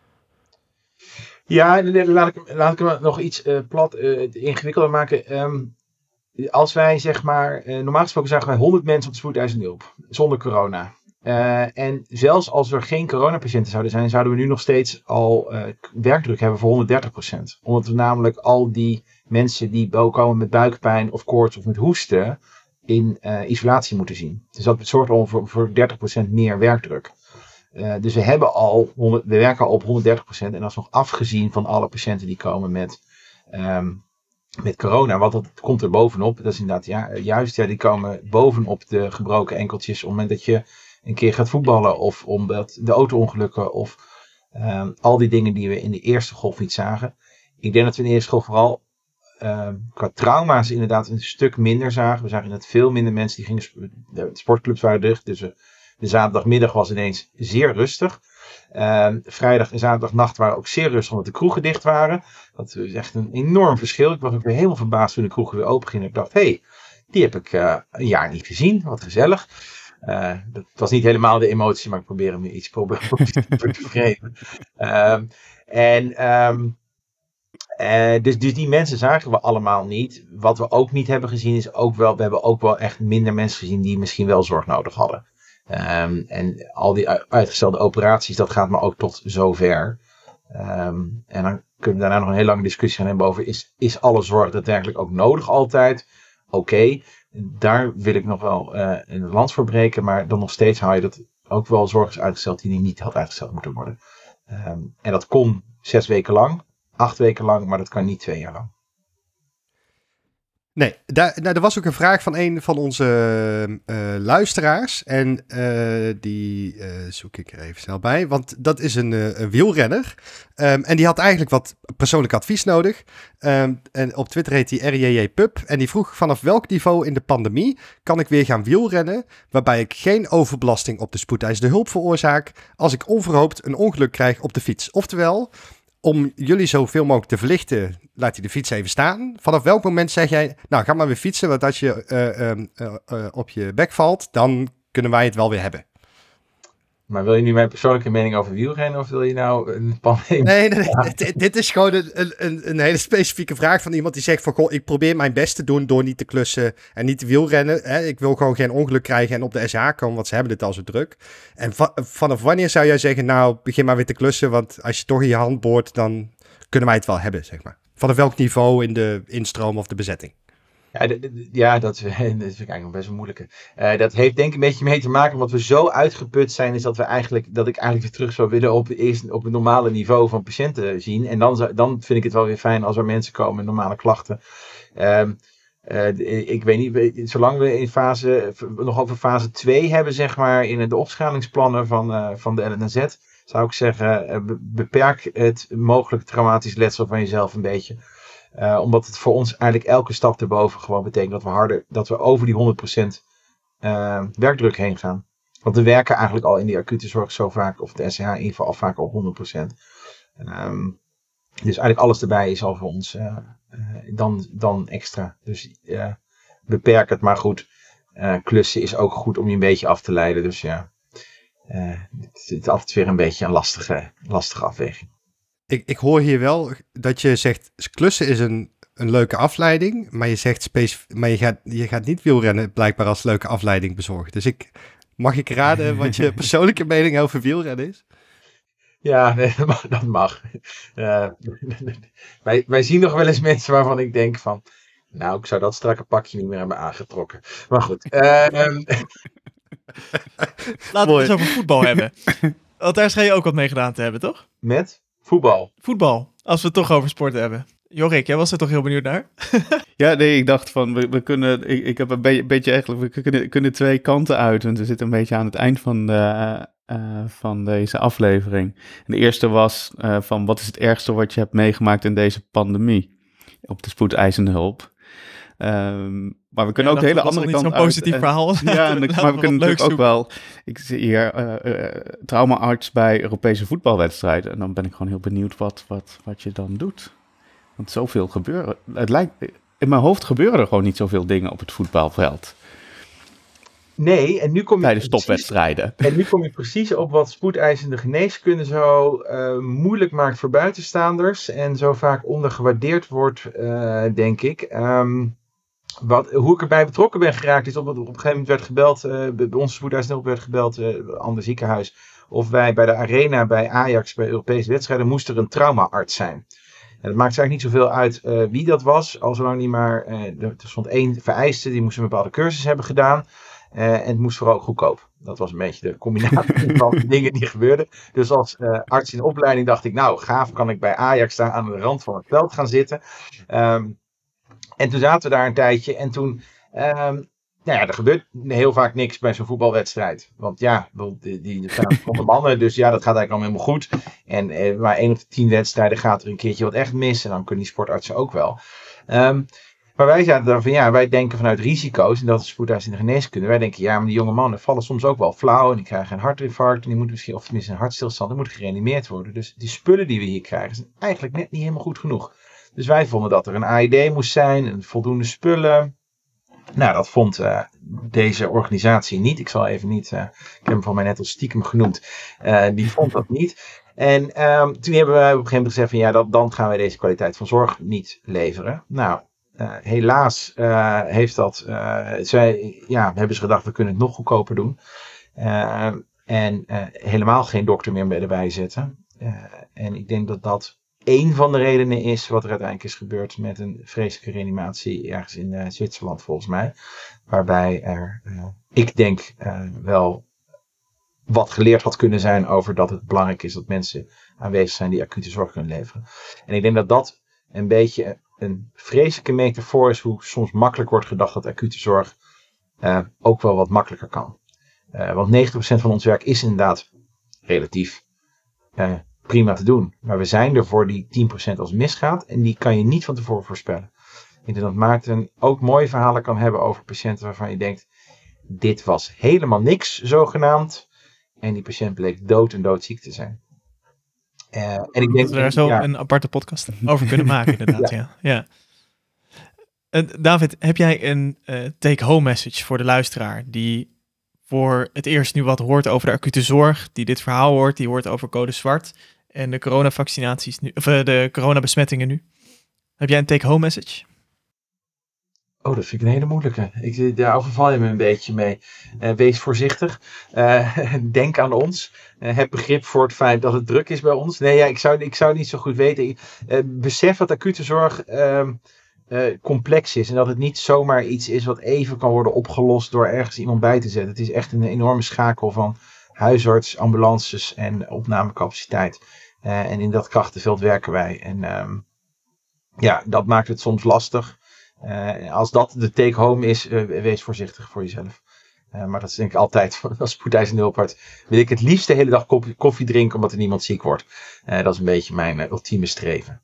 Ja, laat ik, laat ik hem nog iets uh, plat, uh, ingewikkelder maken. Um, als wij zeg maar, uh, normaal gesproken zagen wij honderd mensen op de spoedeisende hulp, zonder corona. Uh, en zelfs als er geen coronapatiënten zouden zijn, zouden we nu nog steeds al uh, werkdruk hebben voor honderddertig procent. Omdat we namelijk al die mensen die komen met buikpijn of koorts of met hoesten in uh, isolatie moeten zien. Dus dat zorgt al voor, voor dertig procent meer werkdruk. Uh, dus we hebben al, honderd, we werken al op honderddertig procent en dat is nog afgezien van alle patiënten die komen met, um, met corona. Want dat komt er bovenop. Dat is inderdaad ja, juist, ja, die komen bovenop de gebroken enkeltjes op het moment dat je een keer gaat voetballen of omdat de auto-ongelukken of um, al die dingen die we in de eerste golf niet zagen. Ik denk dat we in de eerste golf vooral um, qua trauma's inderdaad een stuk minder zagen. We zagen dat veel minder mensen die gingen, de sportclubs waren dicht, dus uh, de zaterdagmiddag was ineens zeer rustig. Um, vrijdag en zaterdagnacht waren ook zeer rustig omdat de kroegen dicht waren. Dat is echt een enorm verschil. Ik was ook weer helemaal verbaasd toen de kroegen weer open gingen. Ik dacht, hé, hey, die heb ik uh, een jaar niet gezien. Wat gezellig. Uh, dat was niet helemaal de emotie, maar ik probeer hem iets positiever te geven. Um, en um, uh, dus, dus die mensen zagen we allemaal niet. Wat we ook niet hebben gezien is ook wel, we hebben ook wel echt minder mensen gezien die misschien wel zorg nodig hadden. Um, en al die uitgestelde operaties, dat gaat maar ook tot zover. Um, en dan kunnen we daarna nog een hele lange discussie gaan hebben over, is, is alle zorg daadwerkelijk ook nodig altijd? Oké. Okay. Daar wil ik nog wel uh, een lans voor breken, maar dan nog steeds hou je dat ook wel zorg is uitgesteld die niet had uitgesteld moeten worden. Um, en dat kon zes weken lang, acht weken lang, maar dat kan niet twee jaar lang. Nee, daar, nou, er was ook een vraag van een van onze uh, luisteraars. En uh, die uh, zoek ik er even snel bij. Want dat is een, uh, een wielrenner. Um, en die had eigenlijk wat persoonlijk advies nodig. Um, en op Twitter heet hij R J J Pub. En die vroeg vanaf welk niveau in de pandemie kan ik weer gaan wielrennen, waarbij ik geen overbelasting op de spoedeisende hulp veroorzaak als ik onverhoopt een ongeluk krijg op de fiets. Oftewel, om jullie zoveel mogelijk te verlichten, laat je de fiets even staan. Vanaf welk moment zeg jij, nou ga maar weer fietsen, want als je uh, uh, uh, uh, op je bek valt, dan kunnen wij het wel weer hebben. Maar wil je nu mijn persoonlijke mening over wielrennen of wil je nou een pandemie? Nee, nee, nee dit, dit is gewoon een, een, een hele specifieke vraag van iemand die zegt van, goh, ik probeer mijn best te doen door niet te klussen en niet te wielrennen. Hè. Ik wil gewoon geen ongeluk krijgen en op de S H komen, want ze hebben het al zo druk. En va- vanaf wanneer zou jij zeggen, nou, begin maar weer te klussen, want als je toch in je hand boort, dan kunnen wij het wel hebben, zeg maar. Vanaf welk niveau in de instroom of de bezetting? Ja, d- d- ja, dat, dat vind ik eigenlijk nog best wel moeilijke. Uh, dat heeft denk ik een beetje mee te maken omdat we zo uitgeput zijn, is dat we eigenlijk, dat ik eigenlijk weer terug zou willen op, eerst op het normale niveau van patiënten zien. En dan, zou, dan vind ik het wel weer fijn als er mensen komen met normale klachten. Um, uh, ik weet niet, zolang we in fase, nog over fase twee hebben, zeg maar, in de opschalingsplannen van, uh, van de L N Z, zou ik zeggen, uh, beperk het mogelijk traumatisch letsel van jezelf een beetje. Uh, omdat het voor ons eigenlijk elke stap erboven gewoon betekent dat we harder, dat we over die honderd procent uh, werkdruk heen gaan. Want we werken eigenlijk al in die acute zorg zo vaak, of de S C H in ieder geval al vaak op honderd procent. En, um, dus eigenlijk alles erbij is al voor ons uh, uh, dan, dan extra. Dus uh, beperk het maar goed. Uh, klussen is ook goed om je een beetje af te leiden. Dus ja, uh, het is altijd weer een beetje een lastige, lastige afweging. Ik, ik hoor hier wel dat je zegt, klussen is een, een leuke afleiding, maar je zegt specif- maar je gaat, je gaat niet wielrennen blijkbaar als leuke afleiding bezorgen. Dus ik, mag ik raden wat je persoonlijke mening over wielrennen is? Ja, nee, dat mag. Dat mag. Uh, wij, wij zien nog wel eens mensen waarvan ik denk van, nou, ik zou dat strakke pakje niet meer hebben aangetrokken. Maar goed. Uh, um... Laten we het eens over voetbal hebben. Want daar schijn je ook wat mee gedaan te hebben, toch? Met voetbal. Voetbal, als we het toch over sport hebben. Jorik, jij was er toch heel benieuwd naar? Ja, nee, ik dacht van, we, we kunnen, ik, ik heb een beetje, beetje eigenlijk, we kunnen, kunnen twee kanten uit, want we zitten een beetje aan het eind van, de, uh, van deze aflevering. En de eerste was uh, van, wat is het ergste wat je hebt meegemaakt in deze pandemie? Op de spoedeisende hulp. Um, maar we kunnen ja, ook de hele andere kant uit. Dat is niet zo'n positief verhaal. Ja, en, maar we kunnen natuurlijk ook wel. Ik zie hier uh, uh, traumaarts bij Europese voetbalwedstrijden. En dan ben ik gewoon heel benieuwd wat, wat, wat je dan doet. Want zoveel gebeuren. Het lijkt, in mijn hoofd gebeuren er gewoon niet zoveel dingen op het voetbalveld. Nee, en nu kom je tijdens topwedstrijden. En nu kom je precies op wat spoedeisende geneeskunde zo uh, moeilijk maakt voor buitenstaanders. En zo vaak ondergewaardeerd wordt, uh, denk ik. Um, Wat, hoe ik erbij betrokken ben geraakt is op, op een gegeven moment werd gebeld, uh, bij onze spoedeisende hulp werd gebeld, uh, een ander ziekenhuis, of wij bij de arena bij Ajax, bij Europese wedstrijden, moest er een traumaarts zijn. En dat maakt eigenlijk niet zoveel uit uh, wie dat was, al zolang niet maar, uh, er stond één vereiste, die moest een bepaalde cursus hebben gedaan. Uh, en het moest vooral ook goedkoop. Dat was een beetje de combinatie van de dingen die gebeurden. Dus als uh, arts in opleiding dacht ik, nou gaaf, kan ik bij Ajax daar aan de rand van het veld gaan zitten. Um, En toen zaten we daar een tijdje en toen, um, nou ja, er gebeurt heel vaak niks bij zo'n voetbalwedstrijd. Want ja, die, die staan van de mannen, dus ja, dat gaat eigenlijk allemaal helemaal goed. En eh, maar één op de tien wedstrijden gaat er een keertje wat echt mis en dan kunnen die sportartsen ook wel. Um, maar wij zaten daar van, ja, wij denken vanuit risico's, en dat is spoedeisende geneeskunde. Wij denken, ja, maar die jonge mannen vallen soms ook wel flauw en die krijgen een hartinfarct en die moeten misschien, of tenminste een hartstilstand, die moeten gereanimeerd worden. Dus die spullen die we hier krijgen zijn eigenlijk net niet helemaal goed genoeg. Dus wij vonden dat er een A E D moest zijn, en voldoende spullen. Nou, dat vond uh, deze organisatie niet. Ik zal even niet, uh, ik heb hem van mij net al stiekem genoemd. Uh, die vond dat niet. En um, toen hebben wij op een gegeven moment gezegd van ja, dat, dan gaan wij deze kwaliteit van zorg niet leveren. Nou, uh, helaas uh, heeft dat, uh, zij, ja, hebben ze gedacht we kunnen het nog goedkoper doen. Uh, en uh, helemaal geen dokter meer erbij zetten. Uh, en ik denk dat dat Eén van de redenen is wat er uiteindelijk is gebeurd met een vreselijke reanimatie ergens in uh, Zwitserland volgens mij. Waarbij er, uh, ik denk, uh, wel wat geleerd had kunnen zijn over dat het belangrijk is dat mensen aanwezig zijn die acute zorg kunnen leveren. En ik denk dat dat een beetje een vreselijke metafoor is hoe soms makkelijk wordt gedacht dat acute zorg uh, ook wel wat makkelijker kan. Uh, want negentig procent van ons werk is inderdaad relatief uh, prima te doen. Maar we zijn er voor die tien procent als het misgaat. En die kan je niet van tevoren voorspellen. Ik denk dat Maarten ook mooie verhalen kan hebben over patiënten waarvan je denkt, dit was helemaal niks zogenaamd. En die patiënt bleek dood en doodziek te zijn. Uh, en ik denk dat we daar zo ja. een aparte podcast over kunnen maken inderdaad. ja. Ja. Ja. En David, heb jij een uh, take-home message voor de luisteraar die voor het eerst nu wat hoort over de acute zorg, die dit verhaal hoort, die hoort over code zwart en de coronavaccinaties nu, of uh, de coronabesmettingen nu. Heb jij een take-home message? Oh, dat vind ik een hele moeilijke. Ik, daar overval je me een beetje mee. Uh, wees voorzichtig. Uh, denk aan ons. Uh, heb begrip voor het feit dat het druk is bij ons. Nee, ja, ik zou, ik zou niet zo goed weten. Uh, besef dat acute zorg uh, uh, complex is. En dat het niet zomaar iets is wat even kan worden opgelost door ergens iemand bij te zetten. Het is echt een enorme schakel van huisarts, ambulances en opnamecapaciteit. Uh, en in dat krachtenveld werken wij. En um, ja, dat maakt het soms lastig. Uh, als dat de take-home is, uh, wees voorzichtig voor jezelf. Uh, maar dat is denk ik altijd, als spoedeisende hulparts, wil ik het liefst de hele dag koffie, koffie drinken, omdat er niemand ziek wordt. Uh, dat is een beetje mijn uh, ultieme streven.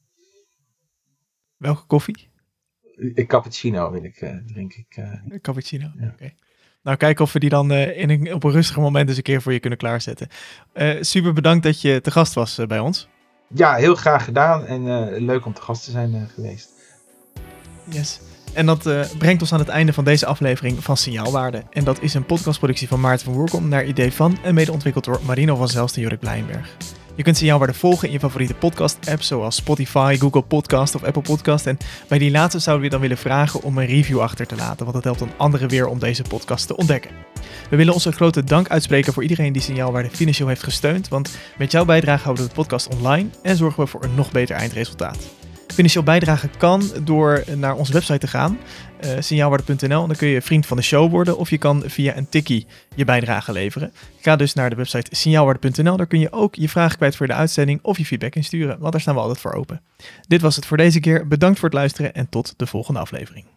Welke koffie? Een cappuccino wil ik uh, drinken. Ik, uh, cappuccino, ja. oké. Okay. Nou, kijken of we die dan uh, in een, op een rustiger moment eens een keer voor je kunnen klaarzetten. Uh, super bedankt dat je te gast was uh, bij ons. Ja, heel graag gedaan en uh, leuk om te gast te zijn uh, geweest. Yes. En dat uh, brengt ons aan het einde van deze aflevering van Signaalwaarde. En dat is een podcastproductie van Maarten van Woerkom naar idee van en mede ontwikkeld door Marino van Zelst en Jorik Blijenberg. Je kunt Signaalwaarde volgen in je favoriete podcast-app zoals Spotify, Google Podcast of Apple Podcast. En bij die laatste zouden we je dan willen vragen om een review achter te laten, want dat helpt een anderen weer om deze podcast te ontdekken. We willen onze grote dank uitspreken voor iedereen die Signaalwaarde financieel heeft gesteund, want met jouw bijdrage houden we de podcast online en zorgen we voor een nog beter eindresultaat. Financieel bijdragen kan door naar onze website te gaan, uh, signaalwaarde punt n l. En dan kun je vriend van de show worden of je kan via een tikkie je bijdrage leveren. Ga dus naar de website signaalwaarde punt n l. Daar kun je ook je vragen kwijt voor de uitzending of je feedback insturen, want daar staan we altijd voor open. Dit was het voor deze keer. Bedankt voor het luisteren en tot de volgende aflevering.